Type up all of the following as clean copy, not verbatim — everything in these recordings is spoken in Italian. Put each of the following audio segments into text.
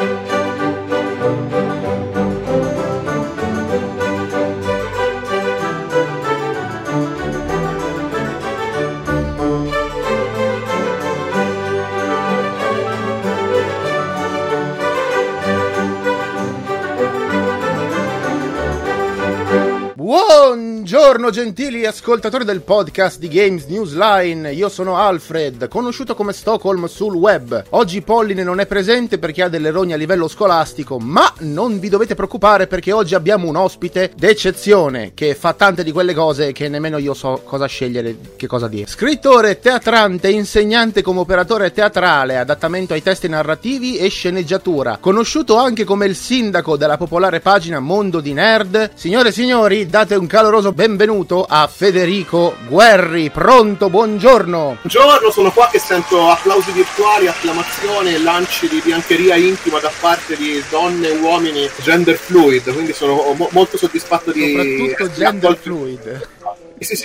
Buongiorno gentili ascoltatori del podcast di Games Newsline, io sono Alfred, conosciuto come Stockholm sul web. Oggi Polline non è presente perché ha delle rogne a livello scolastico, ma non vi dovete preoccupare perché oggi abbiamo un ospite d'eccezione che fa tante di quelle cose che nemmeno io so cosa scegliere, che cosa dire. Scrittore, teatrante, insegnante come operatore teatrale, adattamento ai testi narrativi e sceneggiatura, conosciuto anche come il sindaco della popolare pagina Mondo di Nerd. Signore e signori, date un caloroso benvenuto a Federico Guerri. Pronto? Buongiorno. Buongiorno, sono qua che sento applausi virtuali, acclamazioni e lanci di biancheria intima da parte di donne e uomini gender fluid, quindi sono molto soddisfatto di... Soprattutto gender fluid. Sì,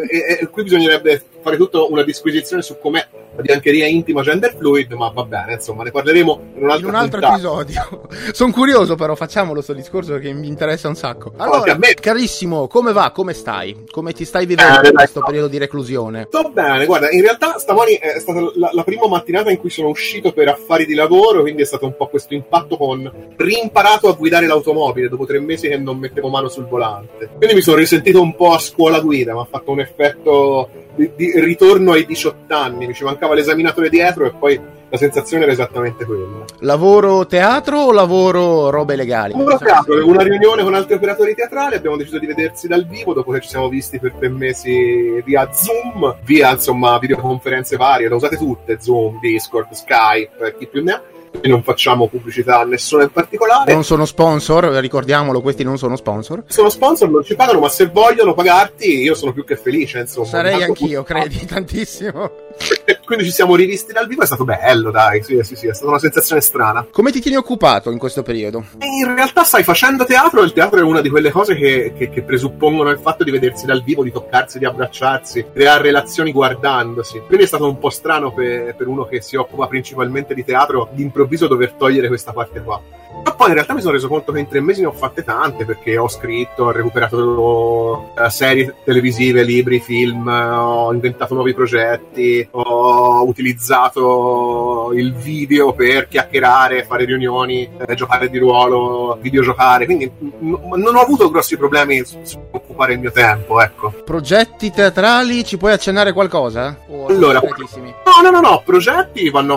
e qui bisognerebbe fare tutta una disquisizione su com'è la biancheria intima gender fluid, ma va bene, insomma, ne parleremo in un altro episodio. Sono curioso, però facciamolo sto discorso perché mi interessa un sacco. Allora, carissimo, come va? Come stai? Come ti stai vivendo in questo periodo di reclusione? Sto bene, guarda, in realtà stamani è stata la prima mattinata in cui sono uscito per affari di lavoro, quindi è stato un po' questo impatto con rimparato a guidare l'automobile dopo 3 mesi che non mettevo mano sul volante. Quindi mi sono risentito un po' a scuola guida, mi ha fatto un effetto di ritorno ai 18 anni, mi ci mancava l'esaminatore dietro e poi la sensazione era esattamente quella. Lavoro teatro o lavoro robe legali? Lavoro teatro, avevo una riunione con altri operatori teatrali, abbiamo deciso di vedersi dal vivo dopo che ci siamo visti per 3 mesi via Zoom, via insomma videoconferenze varie, le usate tutte, Zoom, Discord, Skype, chi più ne ha. Non facciamo pubblicità a nessuno in particolare. Non sono sponsor, ricordiamolo, questi non sono sponsor. Sono sponsor, non ci pagano, ma se vogliono pagarti io sono più che felice, insomma. Sarei anch'io, credi, tantissimo. Quindi ci siamo rivisti dal vivo, è stato bello, dai, sì, è stata una sensazione strana. Come ti tieni occupato in questo periodo? In realtà stai facendo teatro, il teatro è una di quelle cose che presuppongono il fatto di vedersi dal vivo, di toccarsi, di abbracciarsi, creare relazioni guardandosi. Quindi è stato un po' strano per uno che si occupa principalmente di teatro, d'improvviso dover togliere questa parte qua. Ma poi in realtà mi sono reso conto che in 3 mesi ne ho fatte tante, perché ho scritto, ho recuperato serie televisive, libri, film, ho inventato nuovi progetti, ho utilizzato il video per chiacchierare, fare riunioni, giocare di ruolo, videogiocare, quindi non ho avuto grossi problemi su occupare il mio tempo, ecco. Progetti teatrali, ci puoi accennare qualcosa? Allora, no, progetti vanno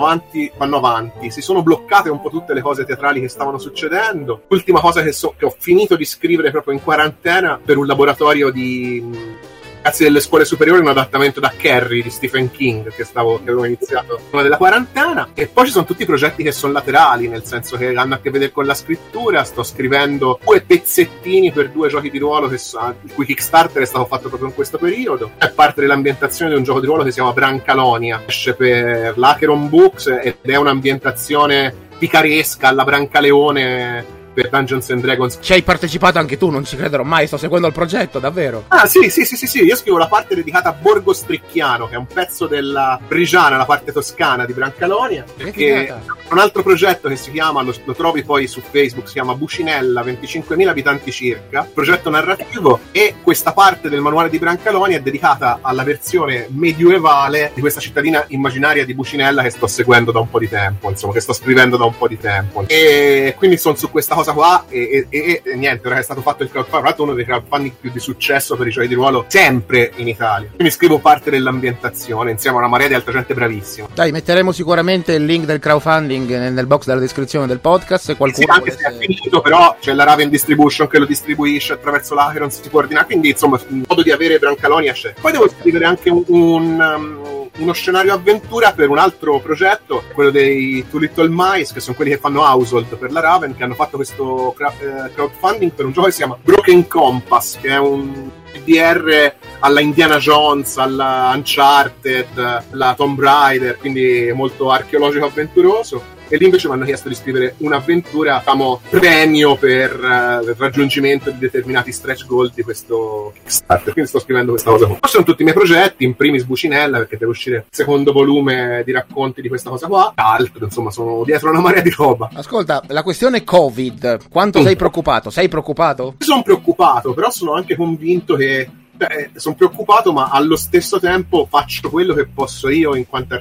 avanti, si sono bloccate un po' tutte le cose teatrali che stavano succedendo. L'ultima cosa che ho finito di scrivere proprio in quarantena per un laboratorio di ragazzi delle scuole superiori, un adattamento da Carrie di Stephen King che avevo iniziato prima della quarantena. E poi ci sono tutti i progetti che sono laterali, nel senso che hanno a che vedere con la scrittura. Sto scrivendo 2 pezzettini per 2 giochi di ruolo il cui Kickstarter è stato fatto proprio in questo periodo. È parte dell'ambientazione di un gioco di ruolo che si chiama Brancalonia, esce per l'Acheron Books ed è un'ambientazione picaresca alla Brancaleone per Dungeons and Dragons. Ci hai partecipato anche tu, non ci crederò mai, sto seguendo il progetto, davvero. Ah sì, io scrivo la parte dedicata a Borgo Stricchiano, che è un pezzo della Brigiana, la parte toscana di Brancalonia, che un altro progetto che si chiama, lo trovi poi su Facebook, si chiama Bucinella, 25.000 abitanti circa, progetto narrativo, e questa parte del manuale di Brancalonia è dedicata alla versione medioevale di questa cittadina immaginaria di Bucinella che sto seguendo da un po' di tempo, insomma, che sto scrivendo da un po' di tempo. E quindi sono su questa cosa qua e niente, ora è stato fatto il crowdfunding, uno dei crowdfunding più di successo per i giochi di ruolo sempre in Italia. Quindi scrivo parte dell'ambientazione insieme a una marea di altra gente bravissima. Dai, metteremo sicuramente il link del crowdfunding nel box della descrizione del podcast, se qualcuno sì, anche se è finito, però c'è la Raven Distribution che lo distribuisce attraverso l'Acheron, si coordina, quindi insomma il modo di avere Brancalonia c'è. Poi devo scrivere anche uno scenario avventura per un altro progetto, quello dei Two Little Mice, che sono quelli che fanno Household per la Raven, che hanno fatto questo crowdfunding per un gioco che si chiama Broken Compass, che è un DDR alla Indiana Jones, alla Uncharted, alla Tomb Raider, quindi molto archeologico avventuroso. e lì invece mi hanno chiesto di scrivere un'avventura, diciamo, premio per il raggiungimento di determinati stretch goal di questo Kickstarter, quindi sto scrivendo questa cosa qua. Questi sono tutti i miei progetti, in primis Bucinella, perché deve uscire il secondo volume di racconti di questa cosa qua, altro, insomma, sono dietro una marea di roba. Ascolta, la questione Covid, quanto sei preoccupato? Sei preoccupato? Sono preoccupato, però sono anche convinto che sono preoccupato, ma allo stesso tempo faccio quello che posso io in quanto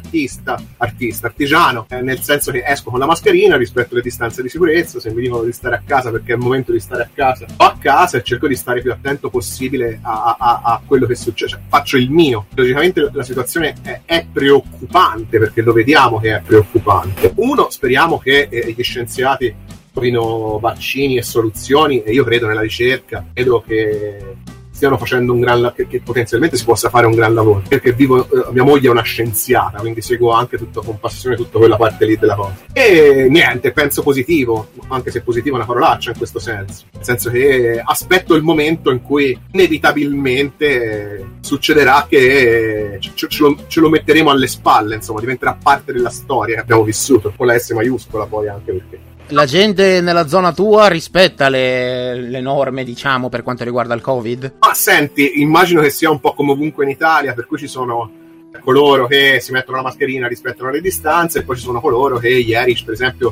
artigiano, nel senso che esco con la mascherina, rispetto le distanze di sicurezza. Se mi dicono di stare a casa perché è il momento di stare a casa, sto a casa e cerco di stare più attento possibile a quello che succede, cioè, faccio il mio. Logicamente la situazione è preoccupante, perché lo vediamo che è preoccupante. Speriamo che gli scienziati trovino vaccini e soluzioni, e io credo nella ricerca, credo che stiano facendo che potenzialmente si possa fare un gran lavoro, perché mia moglie è una scienziata, quindi seguo anche con passione tutta quella parte lì della cosa. E niente, penso positivo, anche se positivo è una parolaccia in questo senso, nel senso che aspetto il momento in cui inevitabilmente succederà che ce lo metteremo alle spalle, insomma, diventerà parte della storia che abbiamo vissuto, con la S maiuscola poi, anche perché la gente nella zona tua rispetta le norme, diciamo, per quanto riguarda il Covid? Ma senti, immagino che sia un po' come ovunque in Italia, per cui ci sono coloro che si mettono la mascherina, rispettano le distanze, e poi ci sono coloro che ieri, per esempio,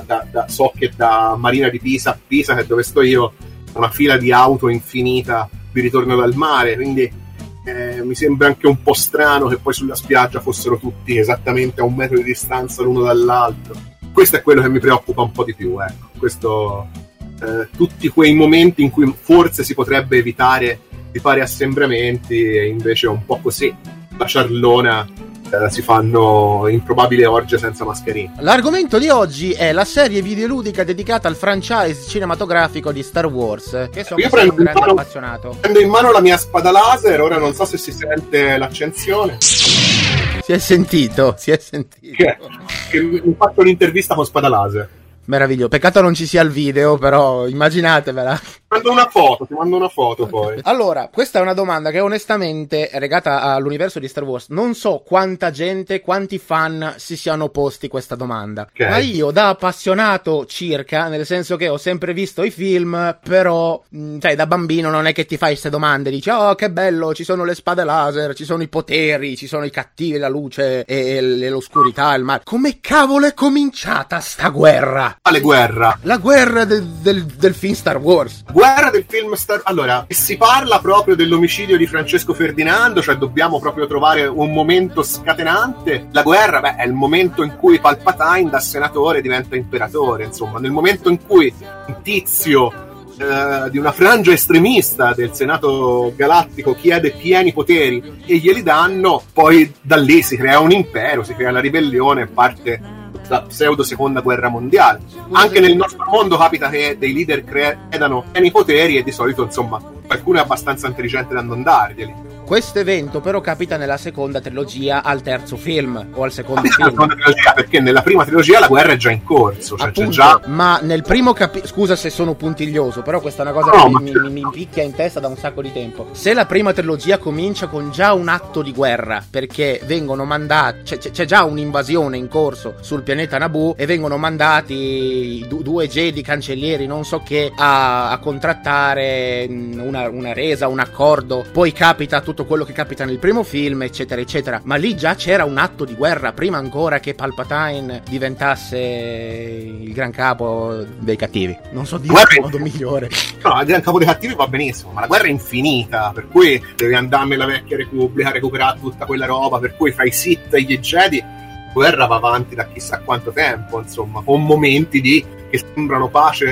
so che da Marina di Pisa, che è dove sto io, una fila di auto infinita di ritorno dal mare, quindi mi sembra anche un po' strano che poi sulla spiaggia fossero tutti esattamente a 1 metro di distanza l'uno dall'altro. Questo è quello che mi preoccupa un po' di più, ecco. Tutti quei momenti in cui forse si potrebbe evitare di fare assembramenti, e invece è un po' così. La ciarlona si fanno improbabili orge senza mascherine. L'argomento di oggi è la serie videoludica dedicata al franchise cinematografico di Star Wars, che sono un grande appassionato. Prendo in mano la mia spada laser, ora non so se si sente l'accensione. Si è sentito. Che mi faccio un'intervista con spada laser. Meraviglioso, peccato non ci sia il video, però immaginatevela. Ti mando una foto poi. Allora, questa è una domanda che onestamente è legata all'universo di Star Wars. Non so quanti fan si siano posti questa domanda. Okay. Ma io da appassionato circa, nel senso che ho sempre visto i film, però, sai, da bambino non è che ti fai queste domande, dici, oh che bello, ci sono le spade laser, ci sono i poteri, ci sono i cattivi, la luce e l'oscurità, il mare. Come cavolo è cominciata sta guerra? Quale guerra? La guerra del film Star Wars. Guerra del film Allora, si parla proprio dell'omicidio di Francesco Ferdinando, cioè dobbiamo proprio trovare un momento scatenante. La guerra, è il momento in cui Palpatine da senatore diventa imperatore, insomma, nel momento in cui un tizio di una frangia estremista del Senato Galattico chiede pieni poteri e glieli danno, poi da lì si crea un impero, si crea la ribellione e parte la pseudo seconda guerra mondiale. Anche nel nostro mondo capita che dei leader credano pieni poteri, e di solito, insomma, qualcuno è abbastanza intelligente da non darglieli. Questo evento però capita nella seconda trilogia, al terzo film o al secondo film. Seconda trilogia, perché nella prima trilogia la guerra è già in corso, cioè appunto, c'è già... Ma nel primo scusa se sono puntiglioso, però questa è una cosa che mi impicchia in testa da un sacco di tempo. Se la prima trilogia comincia con già un atto di guerra, perché vengono mandati, c'è già un'invasione in corso sul pianeta Naboo e vengono mandati due Jedi cancellieri, non so che, a contrattare una resa, un accordo. Poi capita tutto quello che capita nel primo film, eccetera eccetera, ma lì già c'era un atto di guerra prima ancora che Palpatine diventasse il gran capo dei cattivi. Non so dire il modo migliore. No, il gran capo dei cattivi va benissimo, ma la guerra è infinita, per cui devi andare nella vecchia Repubblica a recuperare tutta quella roba, per cui fra i Sith e gli Jedi la guerra va avanti da chissà quanto tempo, insomma, con momenti che sembrano pace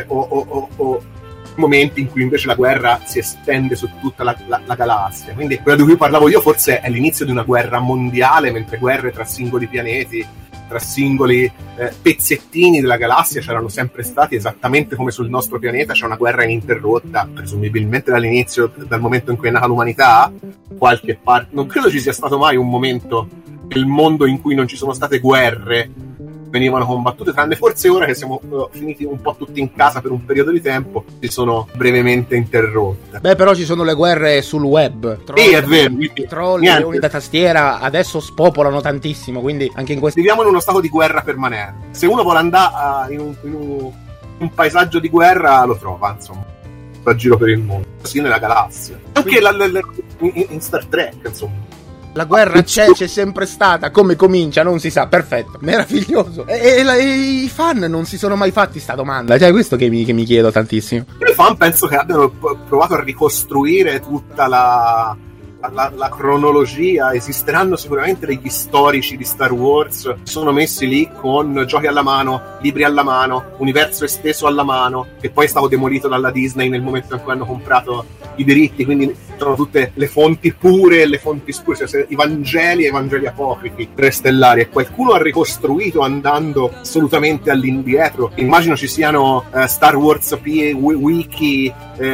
o momenti in cui invece la guerra si estende su tutta la galassia. Quindi quella di cui parlavo io forse è l'inizio di una guerra mondiale, mentre guerre tra singoli pianeti, tra singoli pezzettini della galassia c'erano sempre stati, esattamente come sul nostro pianeta c'è una guerra ininterrotta, presumibilmente dall'inizio, dal momento in cui è nata l'umanità. Qualche parte, non credo ci sia stato mai un momento nel mondo in cui non ci sono state guerre venivano combattute, tranne forse ora che siamo finiti un po' tutti in casa per un periodo di tempo, si sono brevemente interrotte. Beh, però ci sono le guerre sul web. Sì, è vero. I troll, i leoni da tastiera adesso spopolano tantissimo, quindi anche in questo... Viviamo in uno stato di guerra permanente. Se uno vuole andare in un paesaggio di guerra, lo trova, insomma, a giro per il mondo, così nella galassia. Anche in Star Trek, insomma. La guerra c'è sempre stata, come comincia non si sa, perfetto, meraviglioso. E i fan non si sono mai fatti sta domanda, cioè questo che mi chiedo tantissimo. I fan penso che abbiano provato a ricostruire tutta la cronologia. Esisteranno sicuramente degli storici di Star Wars, sono messi lì con giochi alla mano, libri alla mano, universo esteso alla mano, che poi è stato demolito dalla Disney nel momento in cui hanno comprato i diritti, quindi sono tutte le fonti pure e le fonti scure, cioè i Vangeli e i Vangeli apocrifi prestellari, e qualcuno ha ricostruito andando assolutamente all'indietro. Immagino ci siano Star Wars wiki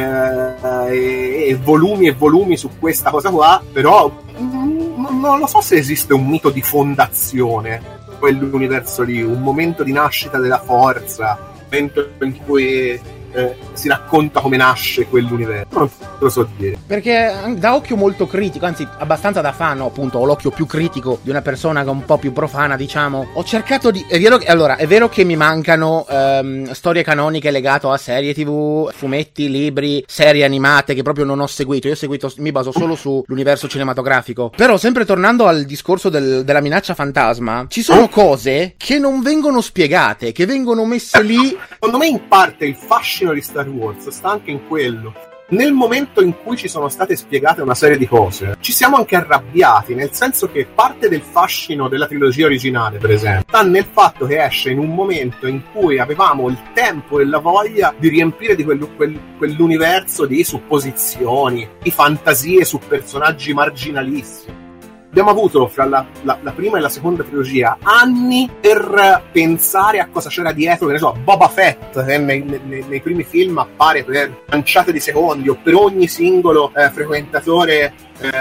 e volumi su questa cosa qua, però non lo so se esiste un mito di fondazione quell'universo lì, un momento di nascita della forza, un momento in cui si racconta come nasce quell'universo. Non lo so dire, perché da occhio molto critico, anzi abbastanza da fan, no, appunto ho l'occhio più critico di una persona che è un po' più profana, diciamo. Ho cercato di... è vero che mi mancano storie canoniche legate a serie TV, fumetti, libri, serie animate che proprio non ho seguito. Io ho seguito, mi baso solo sull'universo cinematografico. Però sempre tornando al discorso della minaccia fantasma, ci sono cose che non vengono spiegate, che vengono messe lì. Secondo me in parte il fascino di Star Wars sta anche in quello. Nel momento in cui ci sono state spiegate una serie di cose, ci siamo anche arrabbiati, nel senso che parte del fascino della trilogia originale, per esempio, sta nel fatto che esce in un momento in cui avevamo il tempo e la voglia di riempire di quell'universo di supposizioni, di fantasie su personaggi marginalissimi. Abbiamo avuto fra la prima e la seconda trilogia anni per pensare a cosa c'era dietro, che ne so, Boba Fett, che nei primi film appare per manciate di secondi, o per ogni singolo frequentatore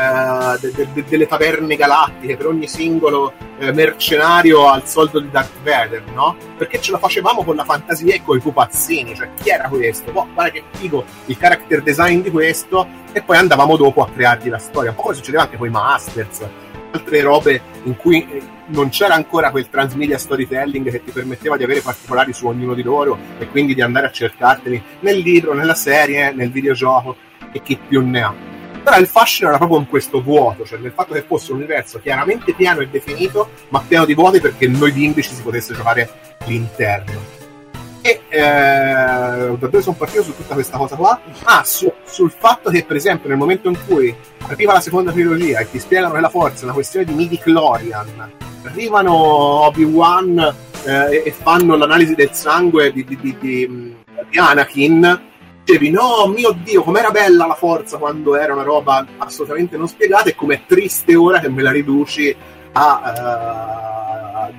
delle taverne galattiche, per ogni singolo mercenario al soldo di Darth Vader, no? Perché ce la facevamo con la fantasia e con i pupazzini, cioè chi era questo? Guarda che figo il character design di questo, e poi andavamo dopo a creargli la storia, un po' come succedeva anche con i Masters, altre robe in cui non c'era ancora quel transmedia storytelling che ti permetteva di avere particolari su ognuno di loro e quindi di andare a cercarteli nel libro, nella serie, nel videogioco e chi più ne ha. Però il fascino era proprio in questo vuoto, cioè nel fatto che fosse un universo chiaramente piano e definito, ma pieno di vuoti perché noi bimbi ci si potesse giocare l'interno. E da dove sono partito su tutta questa cosa qua? Sul fatto che, per esempio, nel momento in cui arriva la seconda trilogia e ti spiegano che la forza è una questione di midi-chlorian, arrivano Obi-Wan e fanno l'analisi del sangue di Anakin, dicevi, no, mio Dio, com'era bella la forza quando era una roba assolutamente non spiegata, e com'è triste ora che me la riduci a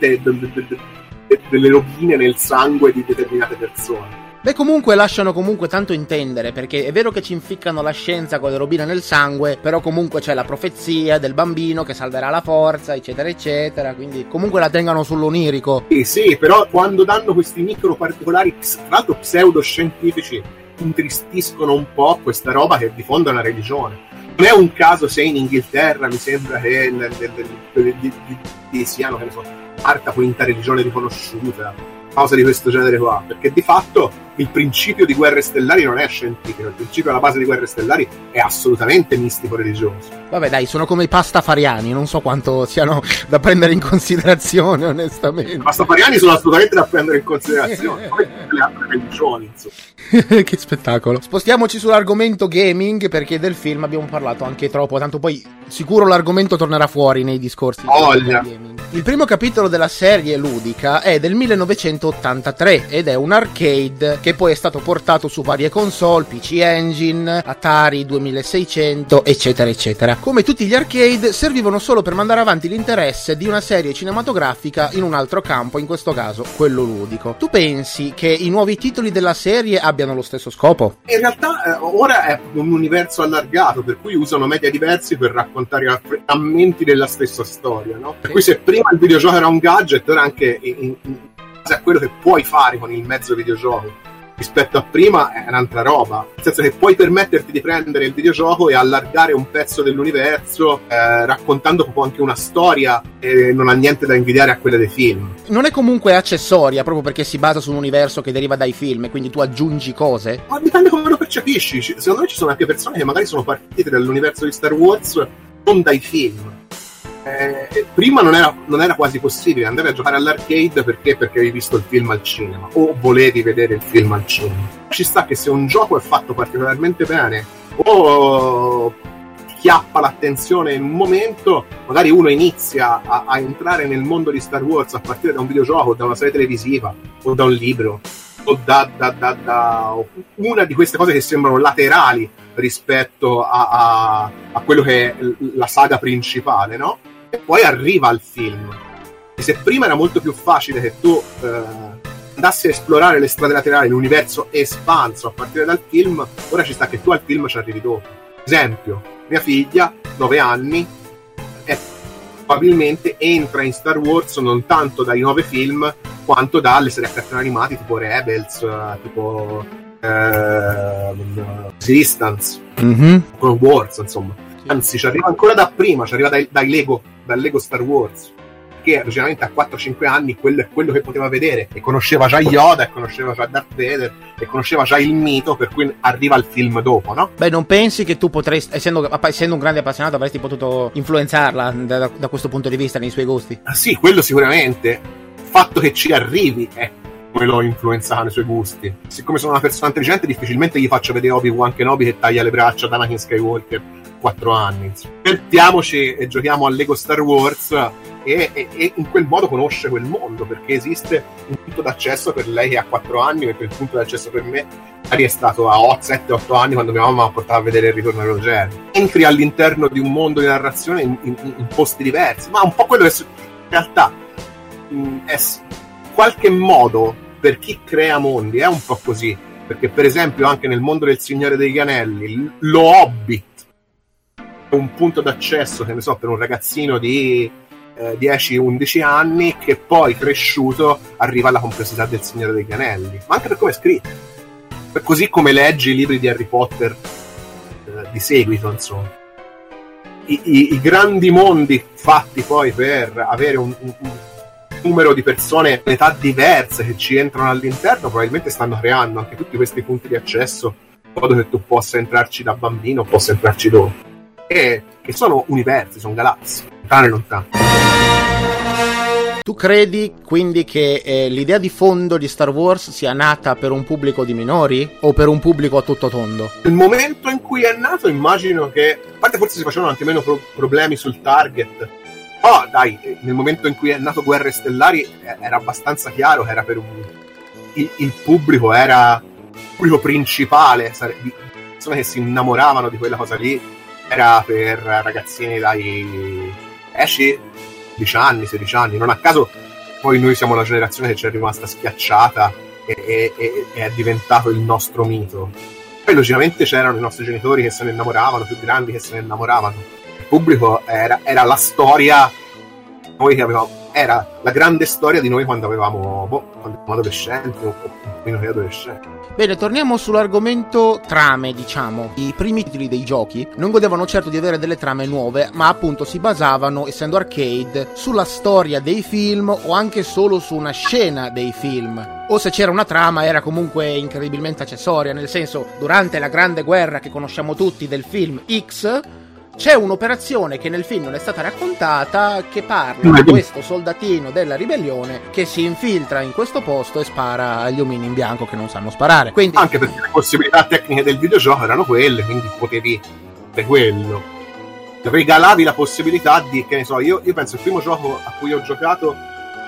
delle rovine nel sangue di determinate persone. Beh, comunque lasciano comunque tanto intendere, perché è vero che ci inficcano la scienza con le robine nel sangue, però comunque c'è la profezia del bambino che salverà la forza, eccetera eccetera, quindi comunque la tengano sull'onirico. Sì, però quando danno questi micro particolari, tra l'altro pseudoscientifici, intristiscono un po' questa roba che diffonde una religione. Non è un caso se in Inghilterra mi sembra che siano, che ne so, quarta, quinta religione riconosciuta, cose di questo genere qua, perché di fatto il principio di Guerre Stellari non è scientifico, il principio alla base di Guerre Stellari è assolutamente mistico-religioso. Vabbè dai, sono come i pastafariani, non so quanto siano da prendere in considerazione, onestamente. I pastafariani sono assolutamente da prendere in considerazione, come le altre religioni, insomma. Che spettacolo. Spostiamoci sull'argomento gaming, perché del film abbiamo parlato anche troppo, tanto poi sicuro l'argomento tornerà fuori nei discorsi gaming. Il primo capitolo della serie ludica è del 1983 ed è un arcade che poi è stato portato su varie console, PC Engine, Atari 2600, eccetera eccetera. Come tutti gli arcade, servivano solo per mandare avanti l'interesse di una serie cinematografica in un altro campo, in questo caso quello ludico. Tu pensi che i nuovi titoli della serie abbiano lo stesso scopo? In realtà ora è un universo allargato, per cui usano media diversi per raccontare frammenti della stessa storia, no? Per cui se prima il videogioco era un gadget, ora anche in base a quello che puoi fare con il mezzo videogioco rispetto a prima è un'altra roba, nel senso che puoi permetterti di prendere il videogioco e allargare un pezzo dell'universo raccontando proprio anche una storia e non ha niente da invidiare a quella dei film. Non è comunque accessoria proprio perché si basa su un universo che deriva dai film, quindi tu aggiungi cose? Ma dipende come lo percepisci. Secondo me ci sono anche persone che magari sono partite dall'universo di Star Wars non dai film. Prima non era quasi possibile andare a giocare all'arcade perché avevi visto il film al cinema o volevi vedere il film al cinema. Ci sta che se un gioco è fatto particolarmente bene o chiappa l'attenzione in un momento, magari uno inizia a entrare nel mondo di Star Wars a partire da un videogioco, da una serie televisiva o da un libro o da una di queste cose che sembrano laterali rispetto a quello che è la saga principale, no? E poi arriva al film. E se prima era molto più facile che tu andassi a esplorare le strade laterali, l'universo espanso a partire dal film, ora ci sta che tu al film ci arrivi dopo. Esempio, mia figlia, 9 anni, probabilmente entra in Star Wars non tanto dai 9 film quanto dalle serie a cartoni animati tipo Rebels, tipo Resistance, Clone Wars, insomma. Anzi, ci arriva ancora da prima, ci arriva dal Lego Star Wars, che originalmente a 4-5 anni quello è quello che poteva vedere, e conosceva già Yoda, e conosceva già Darth Vader, e conosceva già il mito, per cui arriva il film dopo, no? Beh, non pensi che tu potresti, essendo un grande appassionato, avresti potuto influenzarla da questo punto di vista nei suoi gusti? Ah, sì, quello sicuramente. Il fatto che ci arrivi è come l'ho influenzato nei suoi gusti. Siccome sono una persona intelligente, difficilmente gli faccio vedere Obi-Wan Kenobi che taglia le braccia ad Anakin Skywalker 4 anni. Divertiamoci e giochiamo al Lego Star Wars e in quel modo conosce quel mondo, perché esiste un punto d'accesso per lei che ha 4 anni, mentre il punto d'accesso per me è stato a 7-8 anni, quando mia mamma mi portava a vedere il Ritorno dello Jedi. Entri all'interno di un mondo di narrazione in posti diversi, ma un po' quello che in realtà è qualche modo per chi crea mondi, è un po' così, perché per esempio anche nel mondo del Signore degli Anelli lo Hobbit è un punto d'accesso, che ne so, per un ragazzino di 10-11 anni che poi cresciuto arriva alla complessità del Signore degli Anelli, ma anche per come è scritto, così come leggi i libri di Harry Potter di seguito, insomma. I grandi mondi fatti poi per avere un numero di persone in età diverse che ci entrano all'interno probabilmente stanno creando anche tutti questi punti di accesso in modo che tu possa entrarci da bambino o possa entrarci dopo, e che sono universi, sono galassie lontane lontane. Tu credi quindi che l'idea di fondo di Star Wars sia nata per un pubblico di minori o per un pubblico a tutto tondo? Il momento in cui è nato, immagino che, a parte forse si facevano anche meno problemi sul target. Oh, dai, nel momento in cui è nato Guerre Stellari era abbastanza chiaro che era per il pubblico, era il pubblico principale, persone che si innamoravano di quella cosa lì, era per ragazzini dai 10, 12 anni, 16 anni. Non a caso poi noi siamo la generazione che ci è rimasta schiacciata e è diventato il nostro mito. Poi logicamente c'erano i nostri genitori che se ne innamoravano, più grandi che se ne innamoravano. Il pubblico era la storia noi che avevamo, era la grande storia di noi quando avevamo adolescenti o meno che adolescenti. Bene, torniamo sull'argomento trame, diciamo. I primi titoli dei giochi non godevano certo di avere delle trame nuove, ma appunto si basavano, essendo arcade, sulla storia dei film o anche solo su una scena dei film. O se c'era una trama era comunque incredibilmente accessoria, nel senso, durante la grande guerra che conosciamo tutti del film X, c'è un'operazione che nel film non è stata raccontata, che parla di questo soldatino della ribellione che si infiltra in questo posto e spara agli omini in bianco che non sanno sparare. Quindi, anche perché le possibilità tecniche del videogioco erano quelle, quindi potevi fare quello. Regalavi la possibilità di, che ne so, io penso il primo gioco a cui ho giocato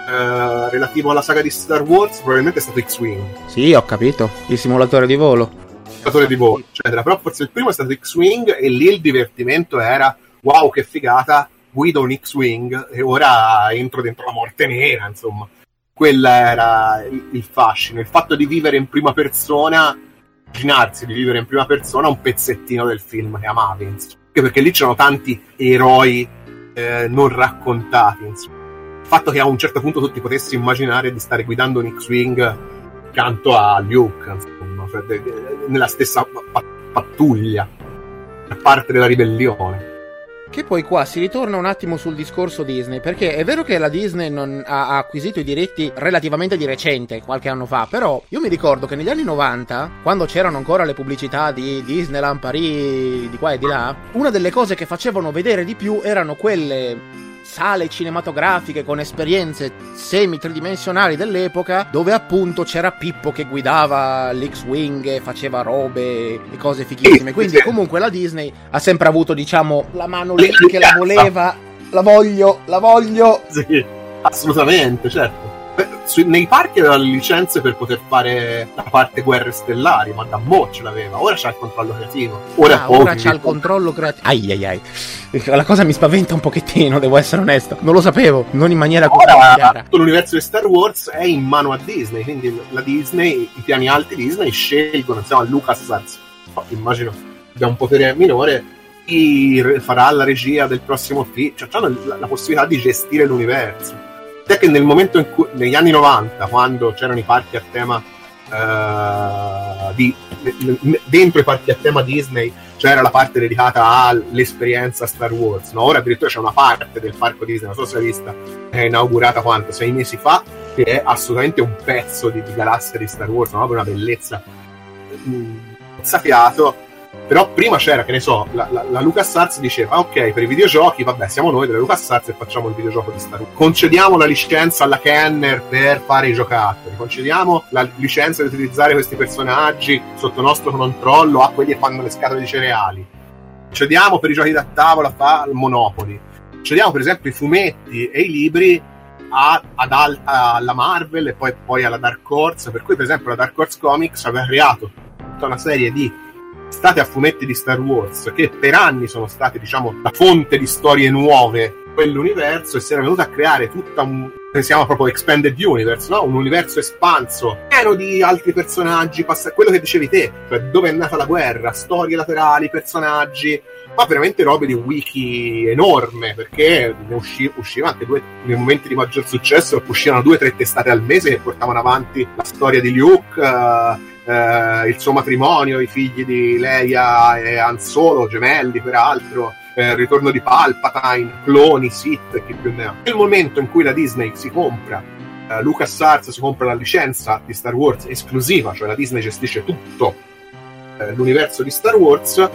relativo alla saga di Star Wars probabilmente è stato X-Wing. Sì, ho capito, il simulatore di volo. Di volo, eccetera. Però forse il primo è stato X-Wing e lì il divertimento era wow, che figata, guido un X-Wing e ora entro dentro la morte nera, insomma. Quella era il fascino, il fatto di vivere in prima persona, immaginarsi di vivere in prima persona un pezzettino del film che amavi, insomma. Anche perché lì c'erano tanti eroi non raccontati, insomma. Il fatto che a un certo punto tu ti potessi immaginare di stare guidando un X-Wing accanto a Luke, insomma, cioè nella stessa pattuglia, a parte della ribellione. Che poi qua si ritorna un attimo sul discorso Disney, perché è vero che la Disney non ha acquisito i diritti relativamente di recente, qualche anno fa, però io mi ricordo che negli anni 90, quando c'erano ancora le pubblicità di Disneyland Paris, di qua e di là, una delle cose che facevano vedere di più erano quelle sale cinematografiche con esperienze semi-tridimensionali dell'epoca, dove appunto c'era Pippo che guidava l'X-Wing e faceva robe e cose fighissime. Quindi comunque la Disney ha sempre avuto, diciamo, la mano lì che la voleva. La voglio. Sì, assolutamente, certo. Nei parchi aveva le licenze per poter fare la parte guerre stellari, ma da mo' ce l'aveva. Ora c'ha il controllo creativo. Ora c'ha il controllo creativo. Ai. La cosa mi spaventa un pochettino, devo essere onesto. Non lo sapevo, non in maniera così chiara. Tutto l'universo di Star Wars è in mano a Disney, quindi la Disney, i piani alti Disney scelgono, insomma, LucasArts, immagino abbia un potere minore, chi farà la regia del prossimo film, cioè hanno la possibilità di gestire l'universo. È che nel momento in cui, negli anni 90, quando c'erano i parchi a tema dentro i parchi a tema Disney c'era la parte dedicata all'esperienza Star Wars, no? Ora addirittura c'è una parte del parco Disney, non so se l'hai vista, è inaugurata 6 mesi fa, che è assolutamente un pezzo di galassia di Star Wars, no? Una bellezza mozzafiato. Però prima c'era, che ne so, la LucasArts diceva ok, per i videogiochi, vabbè, siamo noi della LucasArts e facciamo il videogioco di Star Wars. Concediamo la licenza alla Kenner per fare i giocattoli, concediamo la licenza di utilizzare questi personaggi sotto nostro controllo a quelli che fanno le scatole di cereali. Cediamo per i giochi da tavola al Monopoly. Cediamo per esempio i fumetti e i libri alla Marvel e poi alla Dark Horse, per cui per esempio la Dark Horse Comics aveva creato tutta una serie di state a fumetti di Star Wars che per anni sono state, diciamo, la fonte di storie nuove quell'universo, e si era venuta a creare tutta si chiama proprio Expanded Universe, no? Un universo espanso pieno di altri personaggi, quello che dicevi te, cioè dove è nata la guerra, storie laterali, personaggi, ma veramente robe di wiki enorme, perché ne usciva anche nei momenti di maggior successo, uscivano 2 o 3 testate al mese che portavano avanti la storia di Luke, il suo matrimonio, i figli di Leia e Han Solo, gemelli peraltro, il ritorno di Palpatine, cloni, Sith e chi più ne ha. Nel momento in cui la Disney si compra, LucasArts si compra la licenza di Star Wars esclusiva, cioè la Disney gestisce tutto l'universo di Star Wars,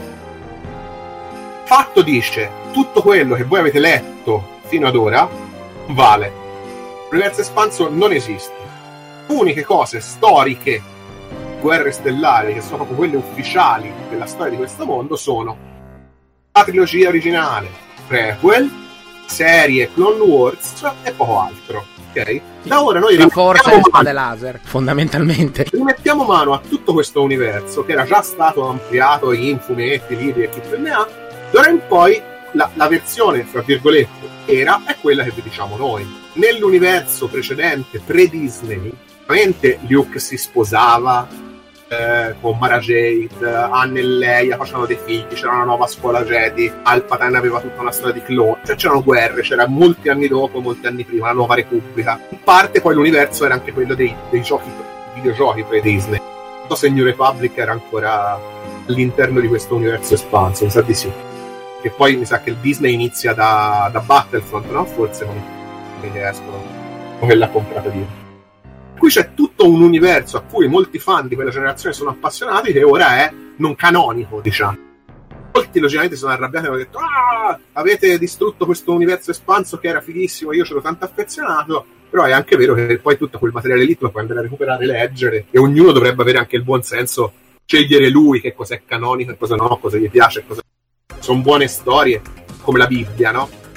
fatto dice tutto quello che voi avete letto fino ad ora vale, l'universo espanso non esiste, uniche cose storiche, guerre stellari, che sono proprio quelle ufficiali della storia di questo mondo, sono la trilogia originale, prequel, serie Clone Wars e poco altro, ok? Da ora noi forza e spade laser, fondamentalmente rimettiamo mano a tutto questo universo che era già stato ampliato in fumetti, libri e chi più ne ha. D'ora in poi la versione, fra virgolette, era è quella che vi diciamo noi. Nell'universo precedente, pre-Disney, ovviamente Luke si sposava con Mara Jade, Han e Leia facevano dei figli, c'era una nuova scuola Jedi, Palpatine aveva tutta una storia di cloni, cioè c'erano guerre, c'era molti anni dopo, molti anni prima, la nuova Repubblica. In parte poi l'universo era anche quello dei giochi, videogiochi pre-Disney. Non so se New Republic era ancora all'interno di questo universo espanso, mi sa di sì. E poi mi sa che il Disney inizia da Battlefront, no? Forse non escono, come l'ha comprato Disney. Qui c'è tutto un universo a cui molti fan di quella generazione sono appassionati, che ora è non canonico, diciamo. Molti logicamente sono arrabbiati e hanno detto avete distrutto questo universo espanso che era fighissimo, io c'ero tanto affezionato. Però è anche vero che poi tutto quel materiale lì lo puoi andare a recuperare, leggere, e ognuno dovrebbe avere anche il buon senso, scegliere lui che cosa è canonico e cosa no, cosa gli piace e cosa. Sono buone storie come la Bibbia, no?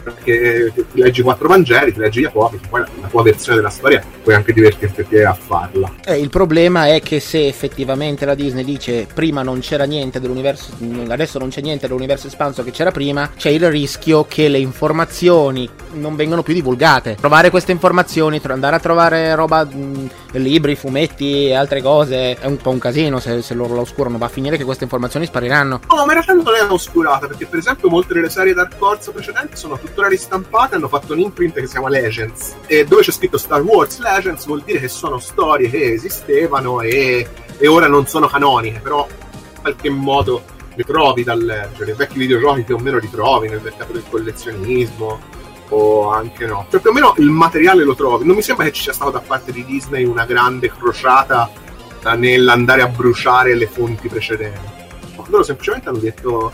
perché ti leggi 4 Vangeli, ti leggi gli Apocalipsi, poi la tua versione della storia puoi anche divertirti a farla. Il problema è che se effettivamente la Disney dice prima non c'era niente dell'universo, adesso non c'è niente dell'universo espanso che c'era prima, c'è il rischio che le informazioni non vengano più divulgate. Trovare queste informazioni, andare a trovare roba, libri, fumetti e altre cose, è un po' un casino se loro la oscurano. Va a finire che queste informazioni spariranno. No, ma in realtà non è oscurata, perché per esempio molte delle serie Dark Horse precedenti sono tuttora ristampate, hanno fatto un imprint che si chiama Legends, e dove c'è scritto Star Wars Legends vuol dire che sono storie che esistevano e ora non sono canoniche, però in qualche modo le trovi da leggere. I vecchi videogiochi più o meno li trovi nel mercato del collezionismo, o anche no, cioè più o meno il materiale lo trovi. Non mi sembra che ci sia stata da parte di Disney una grande crociata nell'andare a bruciare le fonti precedenti. Loro semplicemente hanno detto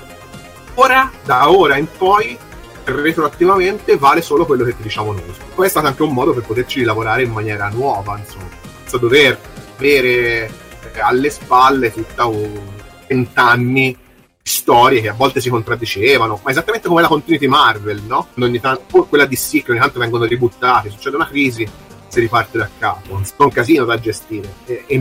da ora in poi retroattivamente vale solo quello che ti diciamo noi. Poi è stato anche un modo per poterci lavorare in maniera nuova, insomma, senza dover avere alle spalle tutta 20 anni di storie che a volte si contraddicevano, ma esattamente come la continuity Marvel, no? Ogni tanto, quella DC, che ogni tanto vengono ributtati, succede una crisi, si riparte da capo, è un casino da gestire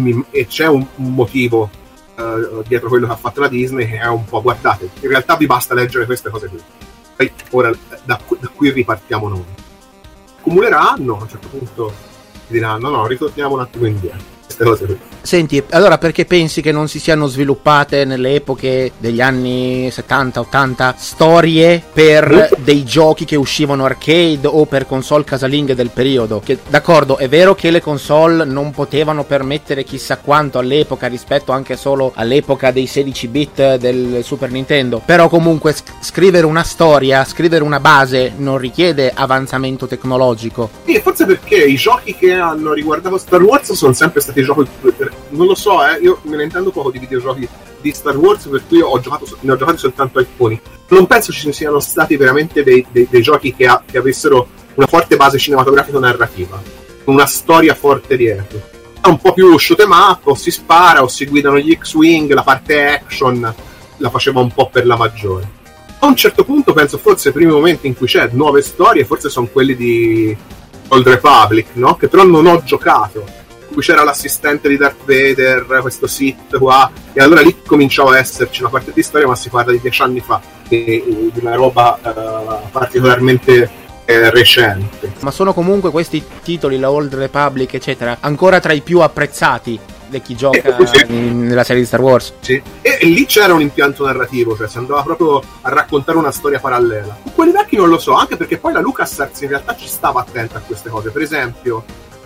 e c'è un motivo dietro quello che ha fatto la Disney, che è un po', guardate, in realtà vi basta leggere queste cose qui, poi ora da qui ripartiamo noi. Accumuleranno, a un certo punto diranno no, ritorniamo un attimo indietro, queste cose qui. Senti, allora perché pensi che non si siano sviluppate nelle epoche degli anni 70-80 storie per dei giochi che uscivano arcade o per console casalinghe del periodo? Che, d'accordo, è vero che le console non potevano permettere chissà quanto all'epoca rispetto anche solo all'epoca dei 16 bit del Super Nintendo, però comunque scrivere una storia, scrivere una base non richiede avanzamento tecnologico. Sì, forse perché i giochi che hanno riguardato Star Wars sono sempre stati giochi, non lo so, io me ne intendo poco di videogiochi di Star Wars, per cui ne ho giocati soltanto alcuni. Non penso ci siano stati veramente dei giochi che avessero una forte base cinematografica narrativa, una storia forte dietro. È un po' più shoot 'em up, o si spara o si guidano gli X-Wing, la parte action la faceva un po' per la maggiore. A un certo punto penso forse i primi momenti in cui c'è nuove storie forse sono quelli di Old Republic, no? Che però non ho giocato, in cui c'era l'assistente di Darth Vader, questo Sith qua, e allora lì cominciava a esserci una parte di storia, ma si parla di 10 anni fa, di una roba particolarmente recente. Ma sono comunque questi titoli, la Old Republic eccetera, ancora tra i più apprezzati di chi gioca nella serie di Star Wars. Sì. E lì c'era un impianto narrativo, cioè si andava proprio a raccontare una storia parallela. Quelli vecchi non lo so, anche perché poi la LucasArts in realtà ci stava attenta a queste cose. Per esempio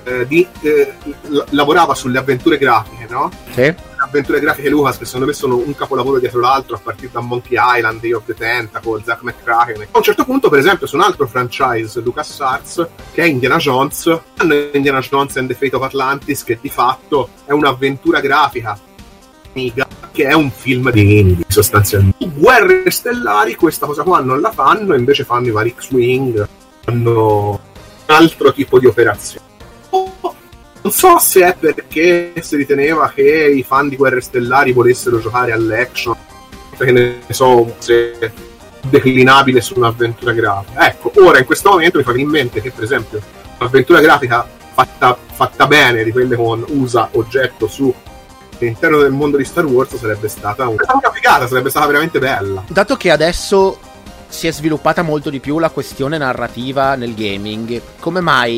lavorava sulle avventure grafiche, no? Sì. Avventure grafiche Lucas, che secondo me sono un capolavoro dietro l'altro, a partire da Monkey Island, Day of the Tentacle, Zack McCracken. A un certo punto, per esempio, su un altro franchise LucasArts, che è Indiana Jones, hanno Indiana Jones and the Fate of Atlantis, che di fatto è un'avventura grafica che è un film di indie sostanzialmente. Guerre Stellari questa cosa qua non la fanno, invece fanno i vari X-Wing, fanno un altro tipo di operazione. Non so se è perché si riteneva che i fan di Guerre Stellari volessero giocare all'action, perché ne so, se declinabile su un'avventura grafica. Ecco, ora in questo momento mi fa in mente che per esempio un'avventura grafica fatta bene, di quelle con usa oggetto su all'interno del mondo di Star Wars, sarebbe stata una figata, sarebbe stata veramente bella. Dato che adesso si è sviluppata molto di più la questione narrativa nel gaming, come mai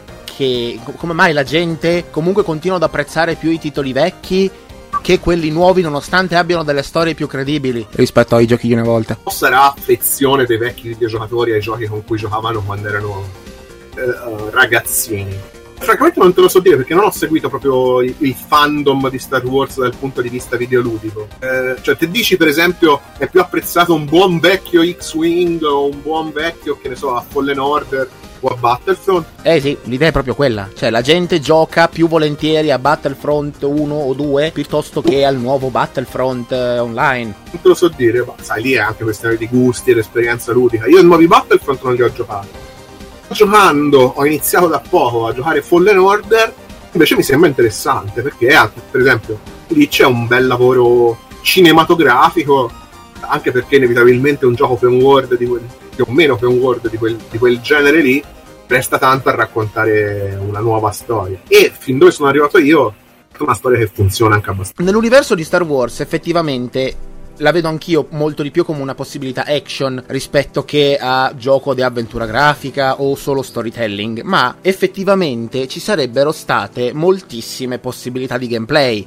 la gente comunque continua ad apprezzare più i titoli vecchi che quelli nuovi, nonostante abbiano delle storie più credibili rispetto ai giochi di una volta? O sarà affezione dei vecchi videogiocatori ai giochi con cui giocavano quando erano ragazzini? Francamente non te lo so dire, perché non ho seguito proprio il fandom di Star Wars dal punto di vista videoludico. Cioè, te dici per esempio è più apprezzato un buon vecchio X-Wing o un buon vecchio, che ne so, a Fallen Order o a Battlefront? Sì, l'idea è proprio quella. Cioè la gente gioca più volentieri a Battlefront 1 o 2 piuttosto che al nuovo Battlefront online. Non te lo so dire, ma sai, lì è anche questione di gusti e l'esperienza ludica. Io i nuovi Battlefront non li ho giocati. Ho iniziato da poco a giocare Fallen Order, invece mi sembra interessante, perché anche, per esempio, lì c'è un bel lavoro cinematografico, anche perché inevitabilmente è un gioco open world più o meno open world di quel genere lì presta tanto a raccontare una nuova storia. E fin dove sono arrivato io, è una storia che funziona anche abbastanza. Nell'universo di Star Wars effettivamente la vedo anch'io molto di più come una possibilità action rispetto che a gioco di avventura grafica o solo storytelling, ma effettivamente ci sarebbero state moltissime possibilità di gameplay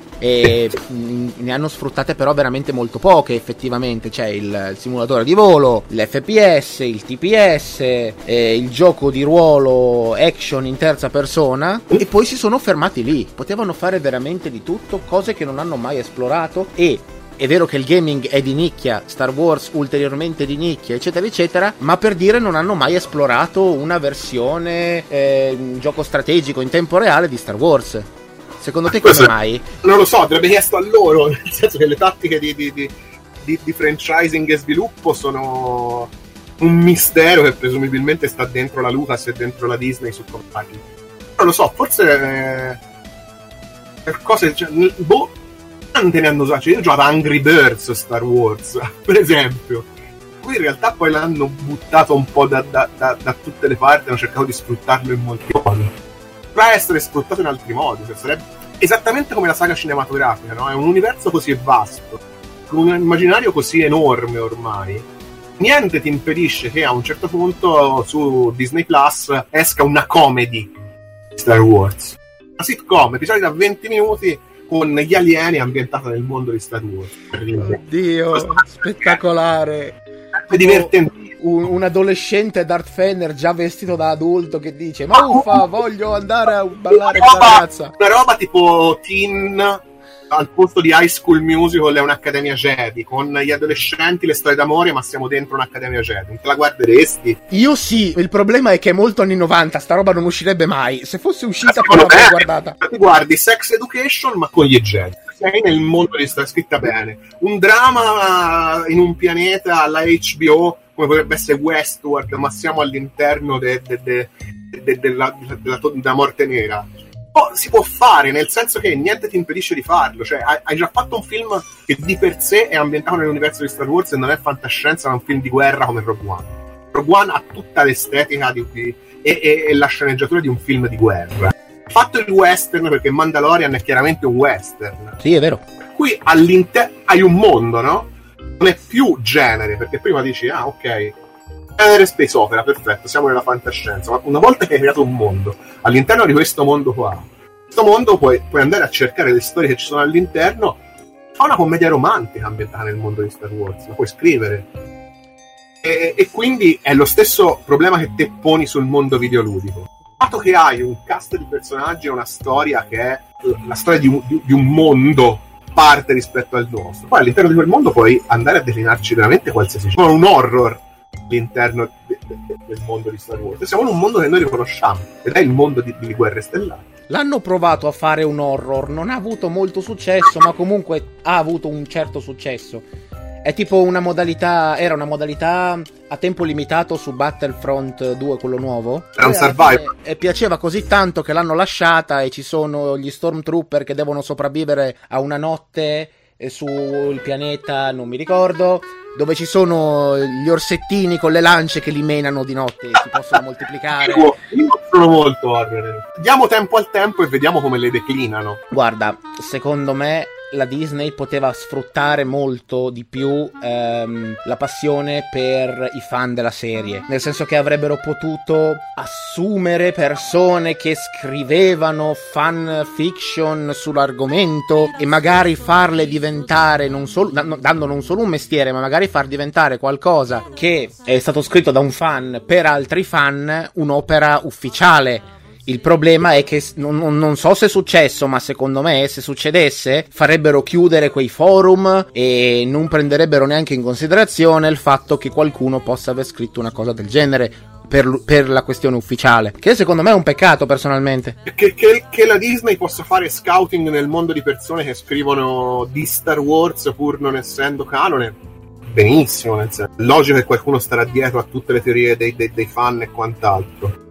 e ne hanno sfruttate però veramente molto poche. Effettivamente c'è il simulatore di volo, l'FPS, il TPS, il gioco di ruolo action in terza persona, e poi si sono fermati lì. Potevano fare veramente di tutto, cose che non hanno mai esplorato. E è vero che il gaming è di nicchia, Star Wars ulteriormente di nicchia, eccetera eccetera, ma per dire non hanno mai esplorato una versione un gioco strategico in tempo reale di Star Wars. Secondo te come mai? Non lo so, andrebbe chiesto a loro, nel senso che le tattiche di franchising e sviluppo sono un mistero che presumibilmente sta dentro la Lucas e dentro la Disney su compagni. Non lo so, forse per cose, cioè, tante ne hanno usato. Io ho giocato a Angry Birds Star Wars, per esempio. Qui in realtà poi l'hanno buttato un po' da tutte le parti, hanno cercato di sfruttarlo in molti modi. Potrà essere sfruttato in altri modi, cioè sarebbe esattamente come la saga cinematografica, no? È un universo così vasto, con un immaginario così enorme ormai. Niente ti impedisce che a un certo punto su Disney Plus esca una comedy di Star Wars. Una sitcom, episodi da 20 minuti con gli alieni ambientata nel mondo di Star Wars. Oddio, spettacolare. È divertente. Un adolescente Darth Vader già vestito da adulto che dice: ma uffa, voglio andare a ballare con la ragazza. Una roba tipo teen al posto di High School Musical è un'Accademia Jedi, con gli adolescenti, le storie d'amore, ma siamo dentro un'Accademia Jedi. Non te la guarderesti? Io sì, il problema è che è molto anni 90, sta roba non uscirebbe mai. Se fosse uscita poi l'avrei guardata. Ti guardi Sex Education ma con gli Jedi. Sei nel mondo di sta scritta bene. Un dramma in un pianeta alla HBO come potrebbe essere Westworld, ma siamo all'interno della morte nera. Si può fare, nel senso che niente ti impedisce di farlo. Cioè, hai già fatto un film che di per sé è ambientato nell'universo di Star Wars e non è fantascienza, ma è un film di guerra come Rogue One. Rogue One ha tutta l'estetica e la sceneggiatura di un film di guerra. Ha fatto il western perché Mandalorian è chiaramente un western. Sì, è vero. Qui all'interno hai un mondo, no? Non è più genere, perché prima dici, ah, ok, genere space opera, perfetto, siamo nella fantascienza. Ma una volta che hai creato un mondo, all'interno di questo mondo qua, questo mondo puoi andare a cercare le storie che ci sono all'interno. Fa una commedia romantica ambientata nel mondo di Star Wars, la puoi scrivere. E quindi è lo stesso problema che te poni sul mondo videoludico. Il fatto che hai un cast di personaggi e una storia che è la storia di un mondo parte rispetto al nostro. Poi all'interno di quel mondo puoi andare a declinarci veramente qualsiasi cosa. Un horror all'interno del mondo di Star Wars. Siamo in un mondo che noi riconosciamo ed è il mondo di Guerre Stellari. L'hanno provato a fare un horror, non ha avuto molto successo, ma comunque ha avuto un certo successo. È tipo una modalità a tempo limitato su Battlefront 2, quello nuovo. Era un survival. E piaceva così tanto che l'hanno lasciata e ci sono gli Stormtrooper che devono sopravvivere a una notte sul pianeta, non mi ricordo, dove ci sono gli orsettini con le lance che li menano di notte e si possono moltiplicare. Io sono molto horror. Diamo tempo al tempo e vediamo come le declinano. Guarda, secondo me la Disney poteva sfruttare molto di più la passione per i fan della serie, nel senso che avrebbero potuto assumere persone che scrivevano fan fiction sull'argomento e magari farle diventare dando non solo un mestiere, ma magari far diventare qualcosa che è stato scritto da un fan per altri fan un'opera ufficiale. Il problema è che non so se è successo, ma secondo me se succedesse farebbero chiudere quei forum e non prenderebbero neanche in considerazione il fatto che qualcuno possa aver scritto una cosa del genere per la questione ufficiale, che secondo me è un peccato personalmente. Che la Disney possa fare scouting nel mondo di persone che scrivono di Star Wars pur non essendo canone, benissimo, nel senso, logico che qualcuno starà dietro a tutte le teorie dei fan e quant'altro.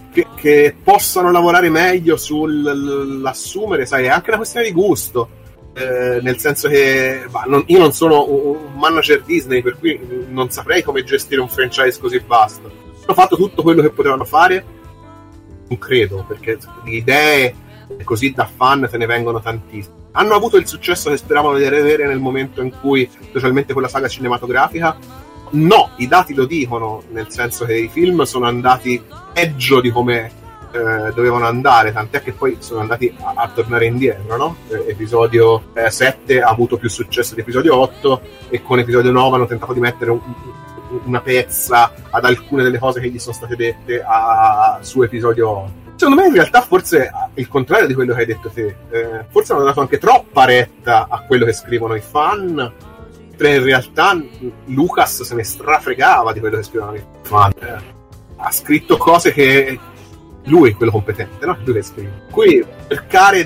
Che possano lavorare meglio sull'assumere, sai, è anche una questione di gusto. nel senso che io non sono un manager Disney, per cui non saprei come gestire un franchise così vasto. Hanno fatto tutto quello che potevano fare? Non credo, perché di idee così da fan te ne vengono tantissime. Hanno avuto il successo che speravano di avere nel momento in cui, specialmente con la saga cinematografica? No, i dati lo dicono, nel senso che i film sono andati peggio di come dovevano andare, tant'è che poi sono andati a tornare indietro, no? Episodio 7 ha avuto più successo di episodio 8 e con episodio 9 hanno tentato di mettere una pezza ad alcune delle cose che gli sono state dette su episodio 8. Secondo me in realtà forse il contrario di quello che hai detto te, forse hanno dato anche troppa retta a quello che scrivono i fan, mentre in realtà Lucas se ne strafregava di quello che scrivevano i fan. Ha scritto cose che lui è quello competente, no? Lui che scrive. Qui cercare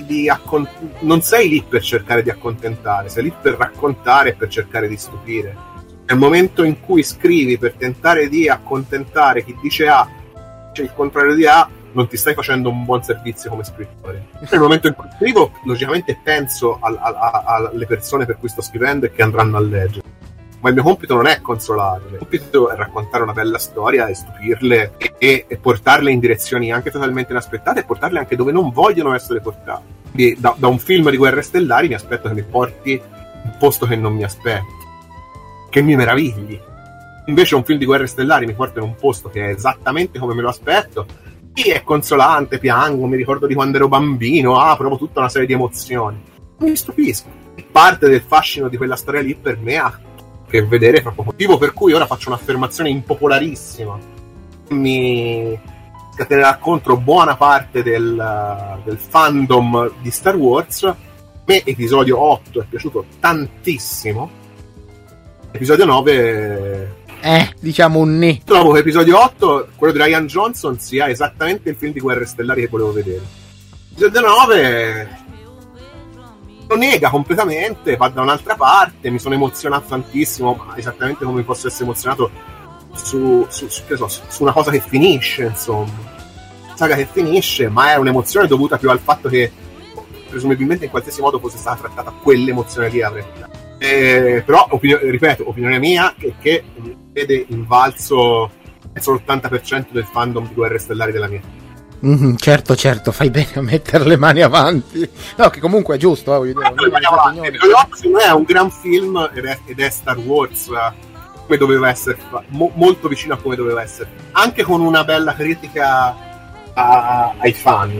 non sei lì per cercare di accontentare, sei lì per raccontare e per cercare di stupire. Nel momento in cui scrivi per tentare di accontentare chi dice A, cioè il contrario di A, non ti stai facendo un buon servizio come scrittore. Nel momento in cui scrivo, logicamente penso alle persone per cui sto scrivendo e che andranno a leggere. Ma il mio compito non è consolarle, il mio compito è raccontare una bella storia e stupirle e portarle in direzioni anche totalmente inaspettate e portarle anche dove non vogliono essere portate. Quindi da un film di Guerre Stellari mi aspetto che mi porti in un posto che non mi aspetto, che mi meravigli. Invece un film di Guerre Stellari mi porta in un posto che è esattamente come me lo aspetto. Sì, è consolante, piango, mi ricordo di quando ero bambino, provo tutta una serie di emozioni. Mi stupisco. Parte del fascino di quella storia lì per me ha che vedere proprio motivo per cui ora faccio un'affermazione impopolarissima. Mi scatenerà contro buona parte del fandom di Star Wars. A me episodio 8 è piaciuto tantissimo. Episodio 9... diciamo un ne. Trovo che episodio 8, quello di Rian Johnson, sia esattamente il film di Guerre Stellari che volevo vedere. Episodio 9 lo nega completamente, va da un'altra parte. Mi sono emozionato tantissimo, ma esattamente come mi posso essere emozionato su una cosa che finisce, insomma. Saga che finisce, ma è un'emozione dovuta più al fatto che presumibilmente in qualsiasi modo fosse stata trattata quell'emozione lì però opinione mia che vede invalso solo l'80% del fandom di Guerre Stellari della mia. Certo, fai bene a mettere le mani avanti. No, che comunque è giusto. Secondo me è un gran film ed è Star Wars come doveva essere, molto vicino a come doveva essere, anche con una bella critica ai fan.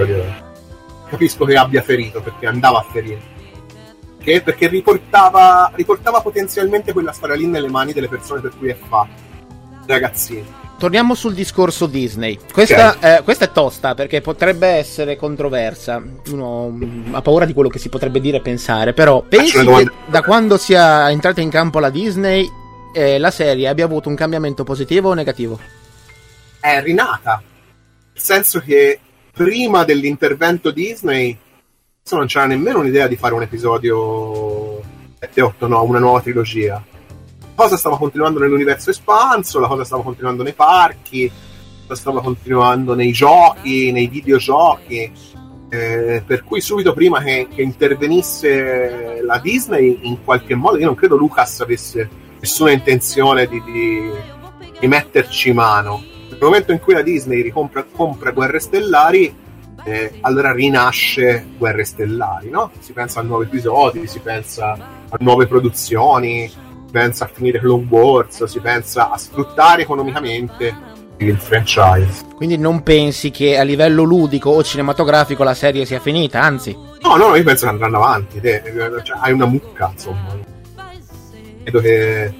Capisco che abbia ferito, perché andava a ferire, perché riportava potenzialmente quella storia lì nelle mani delle persone per cui è fatto, ragazzini. Torniamo sul discorso Disney. Questa è tosta perché potrebbe essere controversa. Uno ha paura di quello che si potrebbe dire e pensare. Però pensi che da quando sia entrata in campo la Disney la serie abbia avuto un cambiamento positivo o negativo? È rinata. Nel senso che prima dell'intervento Disney non c'era nemmeno un'idea di fare un episodio 7, 8, no, una nuova trilogia. La cosa stava continuando nell'universo espanso, la cosa stava continuando nei parchi, la cosa stava continuando nei giochi, nei videogiochi, per cui subito prima che intervenisse la Disney, in qualche modo, io non credo Lucas avesse nessuna intenzione di metterci mano. Nel momento in cui la Disney compra Guerre Stellari, allora rinasce Guerre Stellari, no? Si pensa a nuovi episodi, si pensa a nuove produzioni, pensa a finire Clone Wars, si pensa a sfruttare economicamente il franchise. Quindi non pensi che a livello ludico o cinematografico la serie sia finita, anzi? No, io penso che andranno avanti, cioè, hai una mucca, insomma. Credo che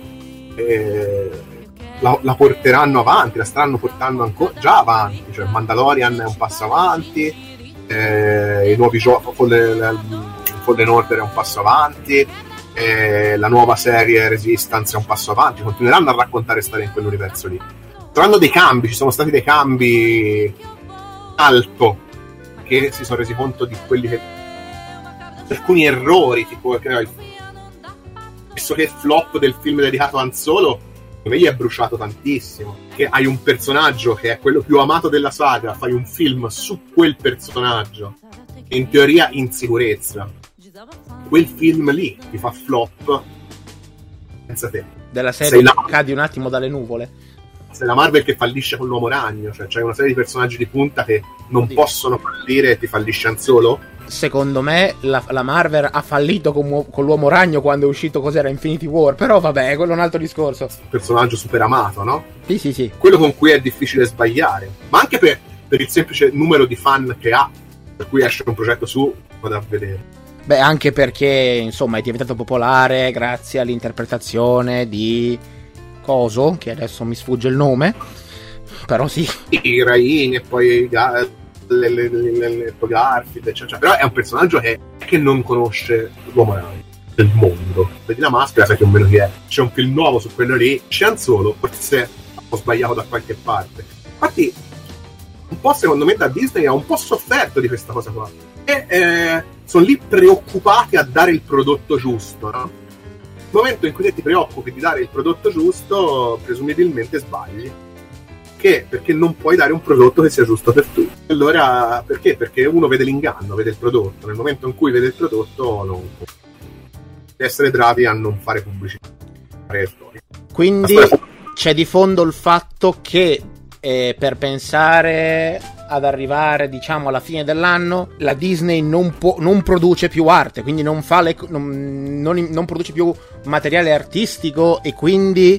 la porteranno avanti, la staranno portando ancora già avanti, cioè Mandalorian è un passo avanti, i nuovi giochi, Fallen Order è un passo avanti, la nuova serie Resistance è un passo avanti, continueranno a raccontare storie in quell'universo lì. Saranno dei cambi, ci sono stati dei cambi alto che si sono resi conto di quelli che alcuni errori, tipo visto che il flop del film dedicato a Han Solo per me gli è bruciato tantissimo, che hai un personaggio che è quello più amato della saga, fai un film su quel personaggio in teoria in sicurezza, quel film lì ti fa flop, pensa te. Della serie cadi un attimo dalle nuvole. Sei la Marvel che fallisce con l'Uomo Ragno, cioè c'è una serie di personaggi di punta che non possono fallire e ti fallisce solo. Secondo me la Marvel ha fallito con l'Uomo Ragno quando è uscito, cos'era, Infinity War, però vabbè, quello è un altro discorso. Personaggio super amato, no? Sì. Quello con cui è difficile sbagliare, ma anche per il semplice numero di fan che ha, per cui esce un progetto su, vado a vedere. Beh, anche perché, insomma, è diventato popolare grazie all'interpretazione di Coso, che adesso mi sfugge il nome, però sì. I Raini e poi Garfield, eccetera. Però è un personaggio che non conosce l'Uomo Ragno del mondo. Vedi la maschera, sai più o meno chi è. C'è un film nuovo su quello lì, c'è un solo, forse ho sbagliato da qualche parte. Infatti, un po' secondo me da Disney ha un po' sofferto di questa cosa qua. E sono lì preoccupati a dare il prodotto giusto, no? Nel momento in cui te ti preoccupi di dare il prodotto giusto, presumibilmente sbagli. Perché non puoi dare un prodotto che sia giusto per tutti. Allora, perché? Perché uno vede l'inganno, vede il prodotto. Nel momento in cui vede il prodotto, non può essere bravi a non fare pubblicità. Quindi c'è di fondo il fatto che per pensare ad arrivare, diciamo, alla fine dell'anno, la Disney non produce più arte, quindi non produce più materiale artistico, e quindi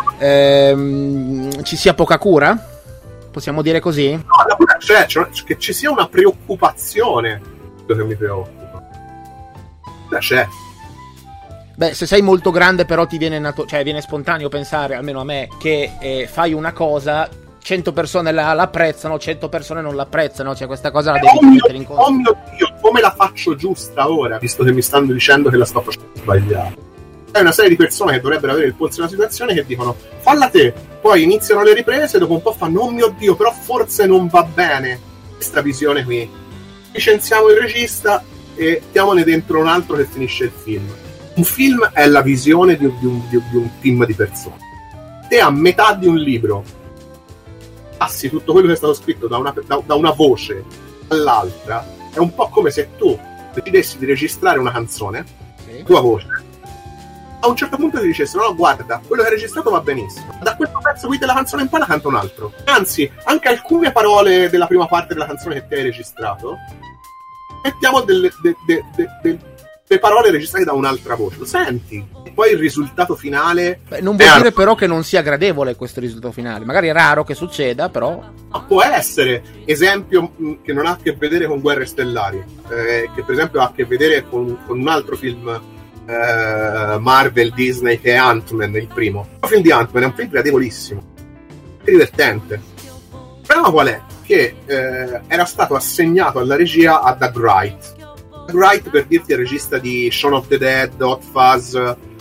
ci sia poca cura? Possiamo dire così? No, la cura c'è, che ci sia una preoccupazione, che mi preoccupa. C'è. Beh, se sei molto grande però ti viene viene spontaneo pensare, almeno a me, che fai una cosa, 100 persone l'apprezzano, 100 persone non l'apprezzano, cioè questa cosa la devi mettere in conto. Oh mio Dio, come la faccio giusta ora, visto che mi stanno dicendo che la sto facendo sbagliata? C'è una serie di persone che dovrebbero avere il polso della situazione che dicono falla te, poi iniziano le riprese, dopo un po' fanno oh mio Dio, però forse non va bene questa visione qui, licenziamo il regista e mettiamone dentro un altro che finisce il film. Un film è la visione di un team di persone. Te a metà di un libro passi tutto quello che è stato scritto da una voce all'altra, è un po' come se tu decidessi di registrare una canzone, tua voce, a un certo punto ti dicessero no guarda, quello che hai registrato va benissimo, da quel pezzo qui della canzone in poi la canta un altro, anzi anche alcune parole della prima parte della canzone che ti hai registrato mettiamo delle parole registrate da un'altra voce, lo senti? E poi il risultato finale non vuol dire però che non sia gradevole questo risultato finale, magari è raro che succeda, però ma può essere. Esempio che non ha a che vedere con Guerre Stellari, che per esempio ha a che vedere con un altro film Marvel Disney che è Ant-Man, il primo. Il film di Ant-Man è un film gradevolissimo, divertente. Il problema qual è? Che era stato assegnato alla regia a Doug Wright. Doug Wright, per dirti, è il regista di Shaun of the Dead, Hot Fuzz,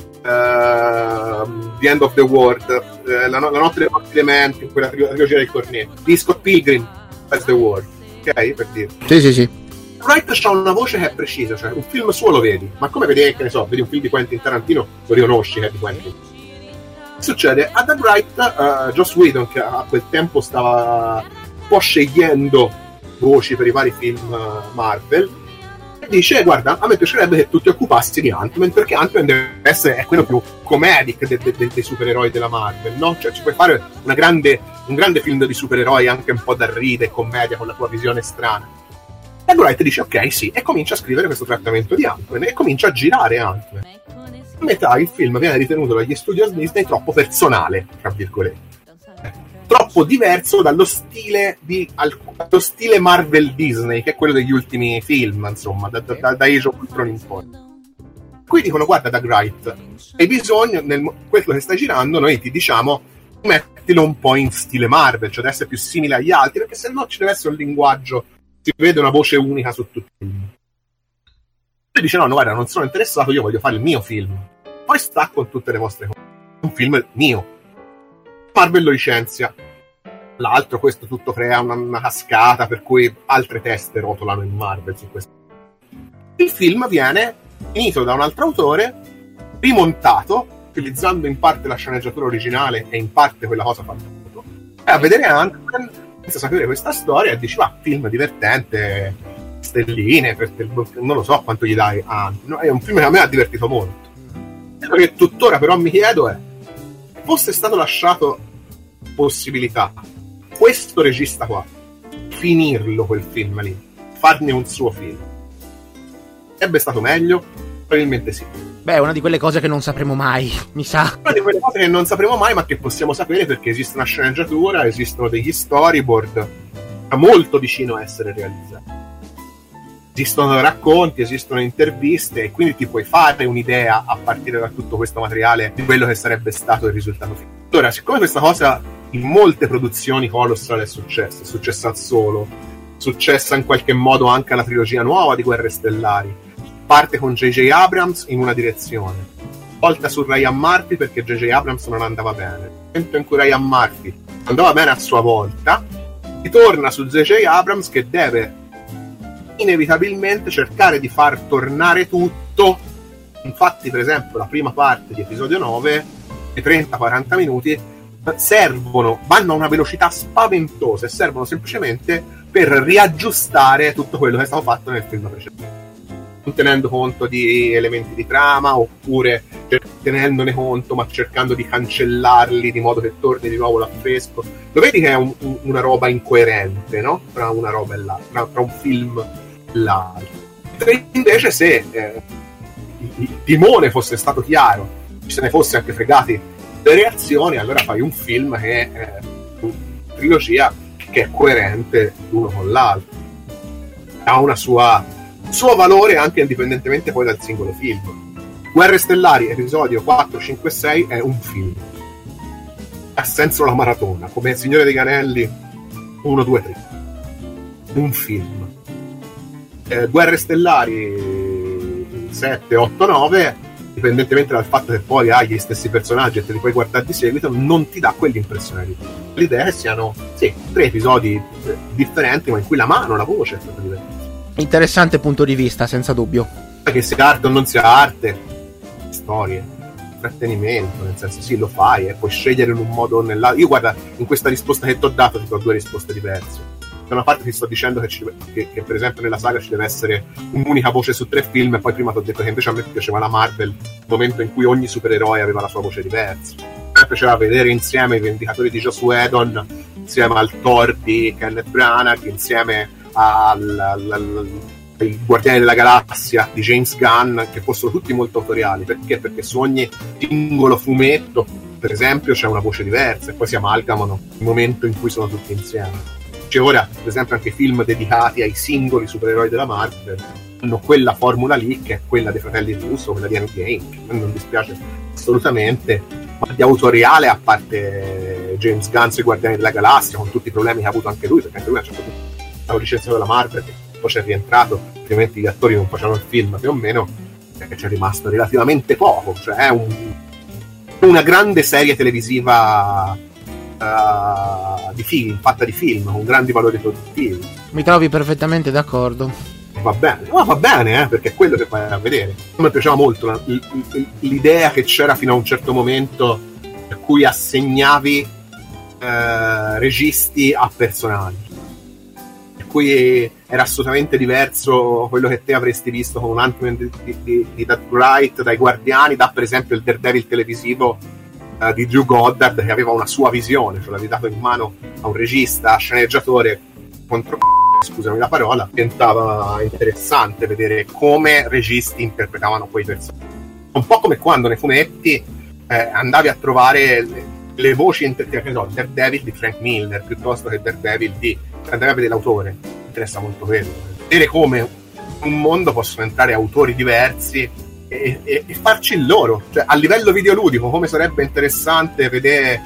The End of the World, la notte dei morti elementi, in quella trilogia del cornetto, di Scott Pilgrim, That's the World, ok? Per dirti. Sì. Wright c'ha una voce che è precisa, cioè un film suo lo vedi, ma come vedi, che ne so, vedi un film di Quentin Tarantino, lo riconosci che è di Quentin. Succede a Doug Wright, Joss Whedon, che a quel tempo stava un po' scegliendo voci per i vari film Marvel, e dice guarda, a me piacerebbe che tu ti occupassi di Ant-Man, perché Ant-Man deve essere è quello più comedic dei supereroi della Marvel, no? Cioè ci puoi fare un grande film di supereroi anche un po' da ride e commedia con la tua visione strana. E Wright dice ok sì, e comincia a scrivere questo trattamento di Ant-Man e comincia a girare Ant-Man. A metà il film viene ritenuto dagli studios Disney troppo personale, tra virgolette, troppo diverso dallo stile Marvel Disney, che è quello degli ultimi film, insomma, da Age of Ultron in poi. Qui dicono guarda Doug Wright, hai bisogno, quello che stai girando noi ti diciamo mettilo un po' in stile Marvel, cioè deve essere più simile agli altri, perché se no ci deve essere un linguaggio, si vede una voce unica su tutti i film. E dice no guarda, non sono interessato, io voglio fare il mio film, poi sta con tutte le vostre cose, un film mio. Marvel lo licenzia, l'altro, questo tutto crea una cascata per cui altre teste rotolano in Marvel su questo. Il film viene finito da un altro autore, rimontato utilizzando in parte la sceneggiatura originale e in parte quella cosa fatta, e a vedere Ant-Man senza sapere questa storia e dici va, film divertente, stelline, non lo so quanto gli dai. No, è un film che a me ha divertito molto. Quello che tuttora però mi chiedo è: fosse stato lasciato possibilità questo regista qua finirlo quel film lì, farne un suo film, sarebbe stato meglio? Probabilmente sì. Beh, è una di quelle cose che non sapremo mai, mi sa. Una di quelle cose che non sapremo mai, ma che possiamo sapere perché esiste una sceneggiatura, esistono degli storyboard, è molto vicino a essere realizzato. Esistono racconti, esistono interviste, e quindi ti puoi fare un'idea a partire da tutto questo materiale di quello che sarebbe stato il risultato finale. Allora, siccome questa cosa in molte produzioni Colossal è successa al Solo, successa in qualche modo anche alla trilogia nuova di Guerre Stellari, parte con J.J. Abrams in una direzione, volta su Ryan Murphy perché J.J. Abrams non andava bene. Nel momento in cui Ryan Murphy andava bene a sua volta, ritorna su J.J. Abrams che deve inevitabilmente cercare di far tornare tutto. Infatti, per esempio, la prima parte di episodio 9, i 30-40 minuti, vanno a una velocità spaventosa e servono semplicemente per riaggiustare tutto quello che è stato fatto nel film precedente, non tenendo conto di elementi di trama, oppure tenendone conto ma cercando di cancellarli di modo che torni di nuovo l'affresco. Lo vedi che è una roba incoerente, no? Tra una roba e l'altra, tra un film e l'altro. Invece se il timone fosse stato chiaro, se ne fosse anche fregati le reazioni, allora fai un film che è una trilogia che è coerente l'uno con l'altro, ha una suo valore anche indipendentemente poi dal singolo film. Guerre Stellari episodio 4, 5 e 6 è un film, ha senso la maratona, come Il Signore degli Anelli 1, 2, 3, un film. Guerre Stellari 7, 8, 9, dipendentemente dal fatto che poi hai gli stessi personaggi e te li puoi guardare di seguito, non ti dà quell'impressione lì. L'idea è che siano 3 episodi differenti, ma in cui la mano, la voce è stata diversa. Interessante punto di vista, senza dubbio. Che sia arte o non sia arte, storie, intrattenimento, nel senso sì, lo fai e puoi scegliere in un modo o nell'altro. Io guarda, in questa risposta che ti ho dato ti do 2 risposte diverse. Da una parte ti sto dicendo che per esempio nella saga ci deve essere un'unica voce su 3 film, e poi prima ti ho detto che invece a me piaceva la Marvel, il momento in cui ogni supereroe aveva la sua voce diversa. A me piaceva vedere insieme i Vendicatori di Joss Whedon, insieme al Thor di Kenneth Branagh, insieme ai Guardiani della Galassia di James Gunn, che fossero tutti molto autoriali. Perché? Perché su ogni singolo fumetto, per esempio, c'è una voce diversa e poi si amalgamano il momento in cui sono tutti insieme. Cioè ora, per esempio, anche i film dedicati ai singoli supereroi della Marvel hanno quella formula lì, che è quella dei fratelli Russo, quella di Endgame, che a me non dispiace assolutamente, ma di autoriale, a parte James Gunn e Guardiani della Galassia, con tutti i problemi che ha avuto anche lui, perché anche lui a un certo punto stava licenziato dalla Marvel, poi c'è rientrato, ovviamente gli attori non facevano il film più o meno, perché c'è rimasto relativamente poco, cioè è una grande serie televisiva di film, fatta di film, con grandi valori produttivi. Mi trovi perfettamente d'accordo. Va bene, perché è quello che vai a vedere. Mi piaceva molto l'idea che c'era fino a un certo momento, per cui assegnavi registi a personaggi, per cui era assolutamente diverso quello che te avresti visto con un Ant-Man di Doug Wright dai Guardiani, da per esempio il Daredevil televisivo di Drew Goddard, che aveva una sua visione, cioè l'avevi dato in mano a un regista, sceneggiatore contro scusami la parola. Diventava interessante vedere come registi interpretavano quei personaggi, un po' come quando nei fumetti andavi a trovare le voci Daredevil di Frank Miller piuttosto che Daredevil di andavi a vedere l'autore. Mi interessa molto quello, vedere come in un mondo possono entrare autori diversi e farci il loro, cioè a livello videoludico come sarebbe interessante vedere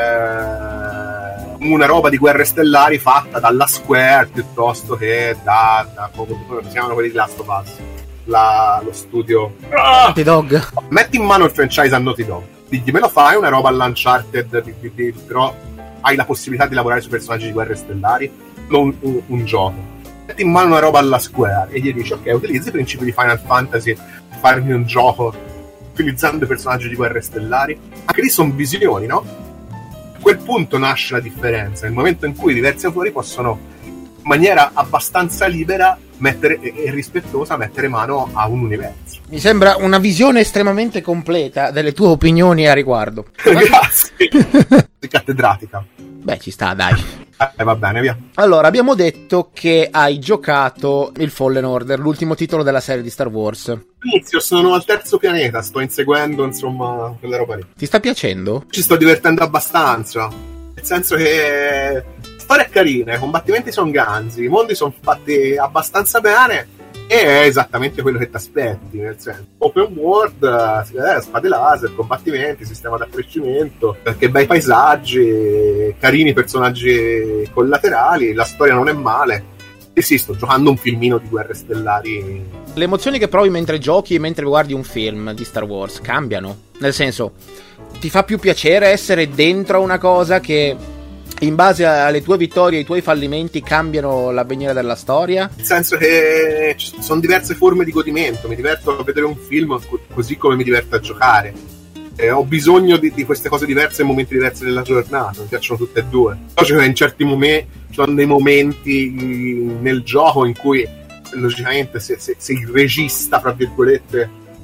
una roba di Guerre Stellari fatta dalla Square piuttosto che come si chiamano quelli di Last of Us, lo studio Naughty Dog. Metti in mano il franchise a Naughty Dog, digli me lo fai una roba all'Uncharted però hai la possibilità di lavorare su personaggi di Guerre Stellari, non un gioco. Metti in mano una roba alla Square e gli dici ok, utilizzi i principi di Final Fantasy, farmi un gioco utilizzando i personaggi di Guerre Stellari. Anche lì sono visioni, no? A quel punto nasce la differenza, nel momento in cui diversi autori possono in maniera abbastanza libera e rispettosa mettere mano a un universo. Mi sembra una visione estremamente completa delle tue opinioni a riguardo. Grazie. Cattedratica. Beh, ci sta, dai. Va bene, via. Allora, abbiamo detto che hai giocato il Fallen Order, l'ultimo titolo della serie di Star Wars. Inizio, sono al terzo pianeta, sto inseguendo, insomma, quella roba lì. Ti sta piacendo? Ci sto divertendo abbastanza, nel senso che storia è carina, i combattimenti sono ganzi, i mondi sono fatti abbastanza bene e è esattamente quello che ti aspetti, nel senso open world, spade laser, combattimenti, sistema di accrescimento, perché bei paesaggi, carini personaggi collaterali, la storia non è male. E sì, sto giocando un filmino di Guerre Stellari. Le emozioni che provi mentre giochi e mentre guardi un film di Star Wars cambiano, nel senso, ti fa più piacere essere dentro a una cosa che in base alle tue vittorie e ai tuoi fallimenti cambiano l'avvenire della storia? Nel senso che ci sono diverse forme di godimento. Mi diverto a vedere un film così come mi diverto a giocare. Ho bisogno di queste cose diverse in momenti diversi della giornata. Mi piacciono tutte e due. Poi in certi momenti ci sono dei momenti nel gioco in cui logicamente se il regista, fra virgolette,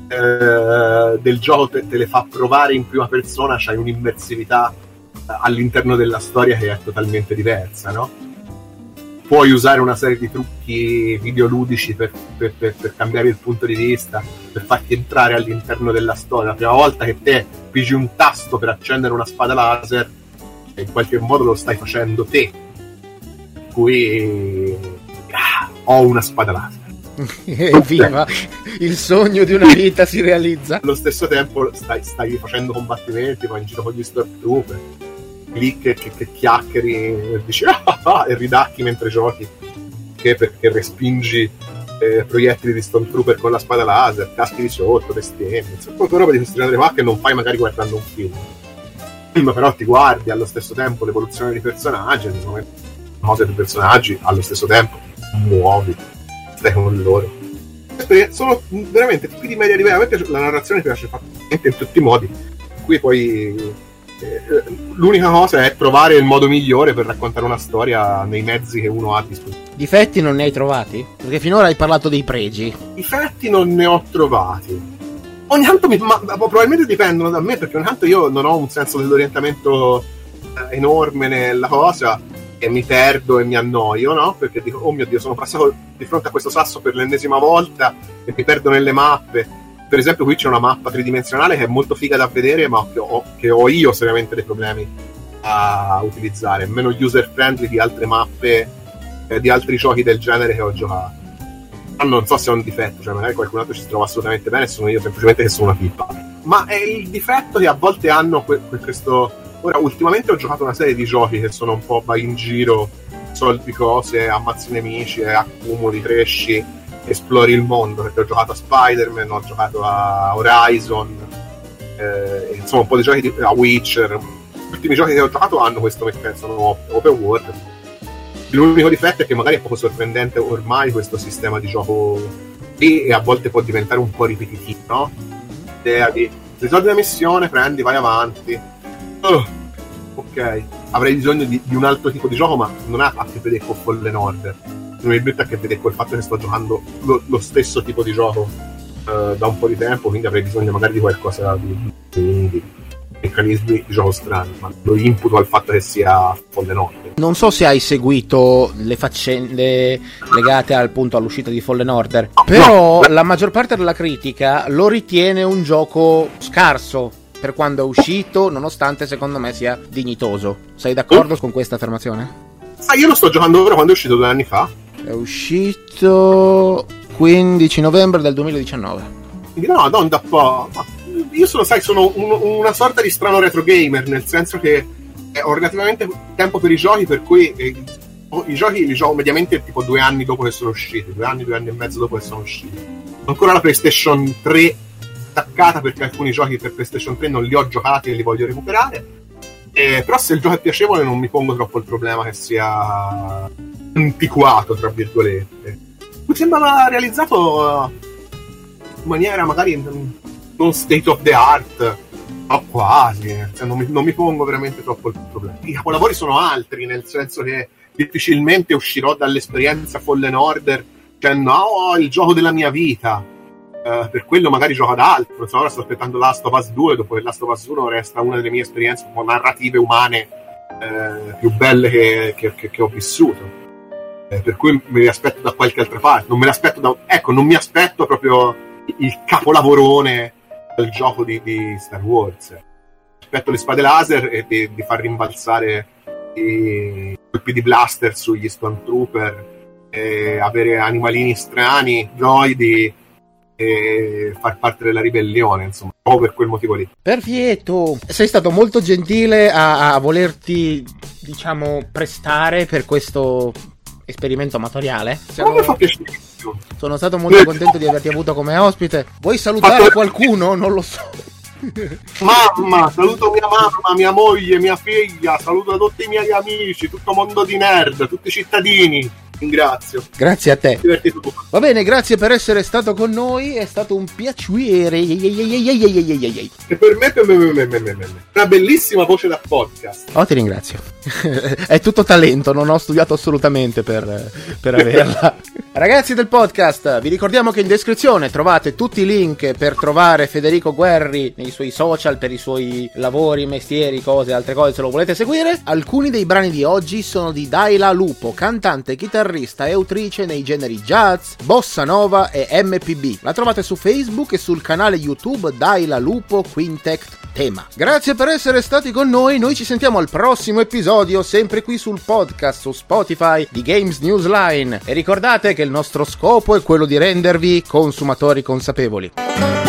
del gioco te le fa provare in prima persona, c'hai un'immersività all'interno della storia che è totalmente diversa, no? Puoi usare una serie di trucchi videoludici per cambiare il punto di vista, per farti entrare all'interno della storia. La prima volta che te pigi un tasto per accendere una spada laser, in qualche modo lo stai facendo te. Per cui ho una spada laser. Evviva, il sogno di una vita si realizza. Allo stesso tempo stai facendo combattimenti, vai in giro con gli Stormtrooper, lì che chiacchieri e dici e ridacchi mentre giochi, perché respingi proiettili di Stormtrooper con la spada laser, caschi di sotto, bestemmi, insomma, roba di questi generi qua che non fai magari guardando un film, però ti guardi allo stesso tempo l'evoluzione dei personaggi, cose dei personaggi, allo stesso tempo muovi, stai con loro. Sono veramente tipi di media livello. A me la narrazione piace fatta in tutti i modi, qui poi l'unica cosa è trovare il modo migliore per raccontare una storia nei mezzi che uno ha a disposizione. Difetti non ne hai trovati? Perché finora hai parlato dei pregi. Difetti non ne ho trovati. Ogni tanto probabilmente dipendono da me, perché ogni tanto io non ho un senso dell'orientamento enorme nella cosa e mi perdo e mi annoio, no? Perché dico, oh mio Dio, sono passato di fronte a questo sasso per l'ennesima volta e mi perdo nelle mappe. Per esempio qui c'è una mappa tridimensionale che è molto figa da vedere, ma che ho io seriamente dei problemi a utilizzare, meno user friendly di altre mappe, di altri giochi del genere che ho giocato. Ma non so se è un difetto, cioè magari qualcun altro ci si trova assolutamente bene, sono io semplicemente che sono una pippa. Ma è il difetto che a volte hanno questo... Ora, ultimamente ho giocato una serie di giochi che sono un po' vai in giro, solvi cose, ammazzi nemici, accumuli, cresci, esplori il mondo, perché ho giocato a Spider-Man, ho giocato a Horizon, insomma un po' di giochi a Witcher. Gli ultimi giochi che ho giocato hanno questo meccanismo, sono open world. L'unico difetto è che magari è poco sorprendente ormai questo sistema di gioco e a volte può diventare un po' ripetitivo, no? L'idea di risolvi la missione, prendi, vai avanti. Ok, avrei bisogno di un altro tipo di gioco, ma non ha a che vedere con Fallen Order, non mi butta a che vedere col fatto che sto giocando lo stesso tipo di gioco da un po' di tempo, quindi avrei bisogno magari di qualcosa di meccanismi di gioco strani, ma lo imputo al fatto che sia Fallen Order. Non so se hai seguito le faccende legate appunto all'uscita di Fallen Order, però la maggior parte della critica lo ritiene un gioco scarso per quando è uscito, nonostante secondo me sia dignitoso. Sei d'accordo con questa affermazione? Io lo sto giocando ora, quando è uscito 2 anni fa. È uscito 15 novembre del 2019. No, non da po'. Io sono una sorta di strano retro gamer, nel senso che ho relativamente tempo per i giochi, per cui i giochi li gioco mediamente tipo 2 anni dopo che sono usciti, 2 anni e mezzo dopo che sono usciti. Ho ancora la PlayStation 3 attaccata, perché alcuni giochi per PlayStation 3 non li ho giocati e li voglio recuperare. Però se il gioco è piacevole non mi pongo troppo il problema che sia antiquato, tra virgolette. Mi sembra realizzato in maniera magari non state of the art, ma quasi, non mi pongo veramente troppo il problema. I capolavori sono altri, nel senso che difficilmente uscirò dall'esperienza Fallen Order dicendo oh, il gioco della mia vita. Per quello magari gioco ad altro. Ora sto aspettando Last of Us 2, dopo che Last of Us 1 resta una delle mie esperienze narrative umane più belle che ho vissuto. Per cui me li aspetto da qualche altra parte. Non mi aspetto proprio il capolavorone del gioco di Star Wars. Aspetto le spade laser e di far rimbalzare i colpi di blaster sugli Stormtrooper, avere animalini strani, droidi, e far parte della ribellione, insomma, proprio per quel motivo lì. Perfetto, sei stato molto gentile a volerti, diciamo, prestare per questo esperimento amatoriale. Mi fa piacere. Sono stato molto contento di averti avuto come ospite. Vuoi salutare qualcuno? Non lo so. Mamma, saluto mia mamma, mia moglie, mia figlia, saluto tutti i miei amici, tutto mondo di nerd, tutti i cittadini. Ringrazio. Grazie a te. Divertito tu. Va bene, grazie per essere stato con noi, è stato un piacere. E per me una bellissima voce da podcast. Oh, ti ringrazio. È tutto talento, non ho studiato assolutamente per averla. Ragazzi del podcast, vi ricordiamo che in descrizione trovate tutti i link per trovare Federico Guerri nei suoi social, per i suoi lavori, mestieri, cose, altre cose, se lo volete seguire. Alcuni dei brani di oggi sono di Daila Lupo, cantante, chitarrista e autrice nei generi jazz, bossa nova e MPB. La trovate su Facebook e sul canale YouTube Daila Lupo Quintet Tema. Grazie per essere stati con noi ci sentiamo al prossimo episodio, sempre qui sul podcast su Spotify di Games Newsline. E ricordate che il nostro scopo è quello di rendervi consumatori consapevoli.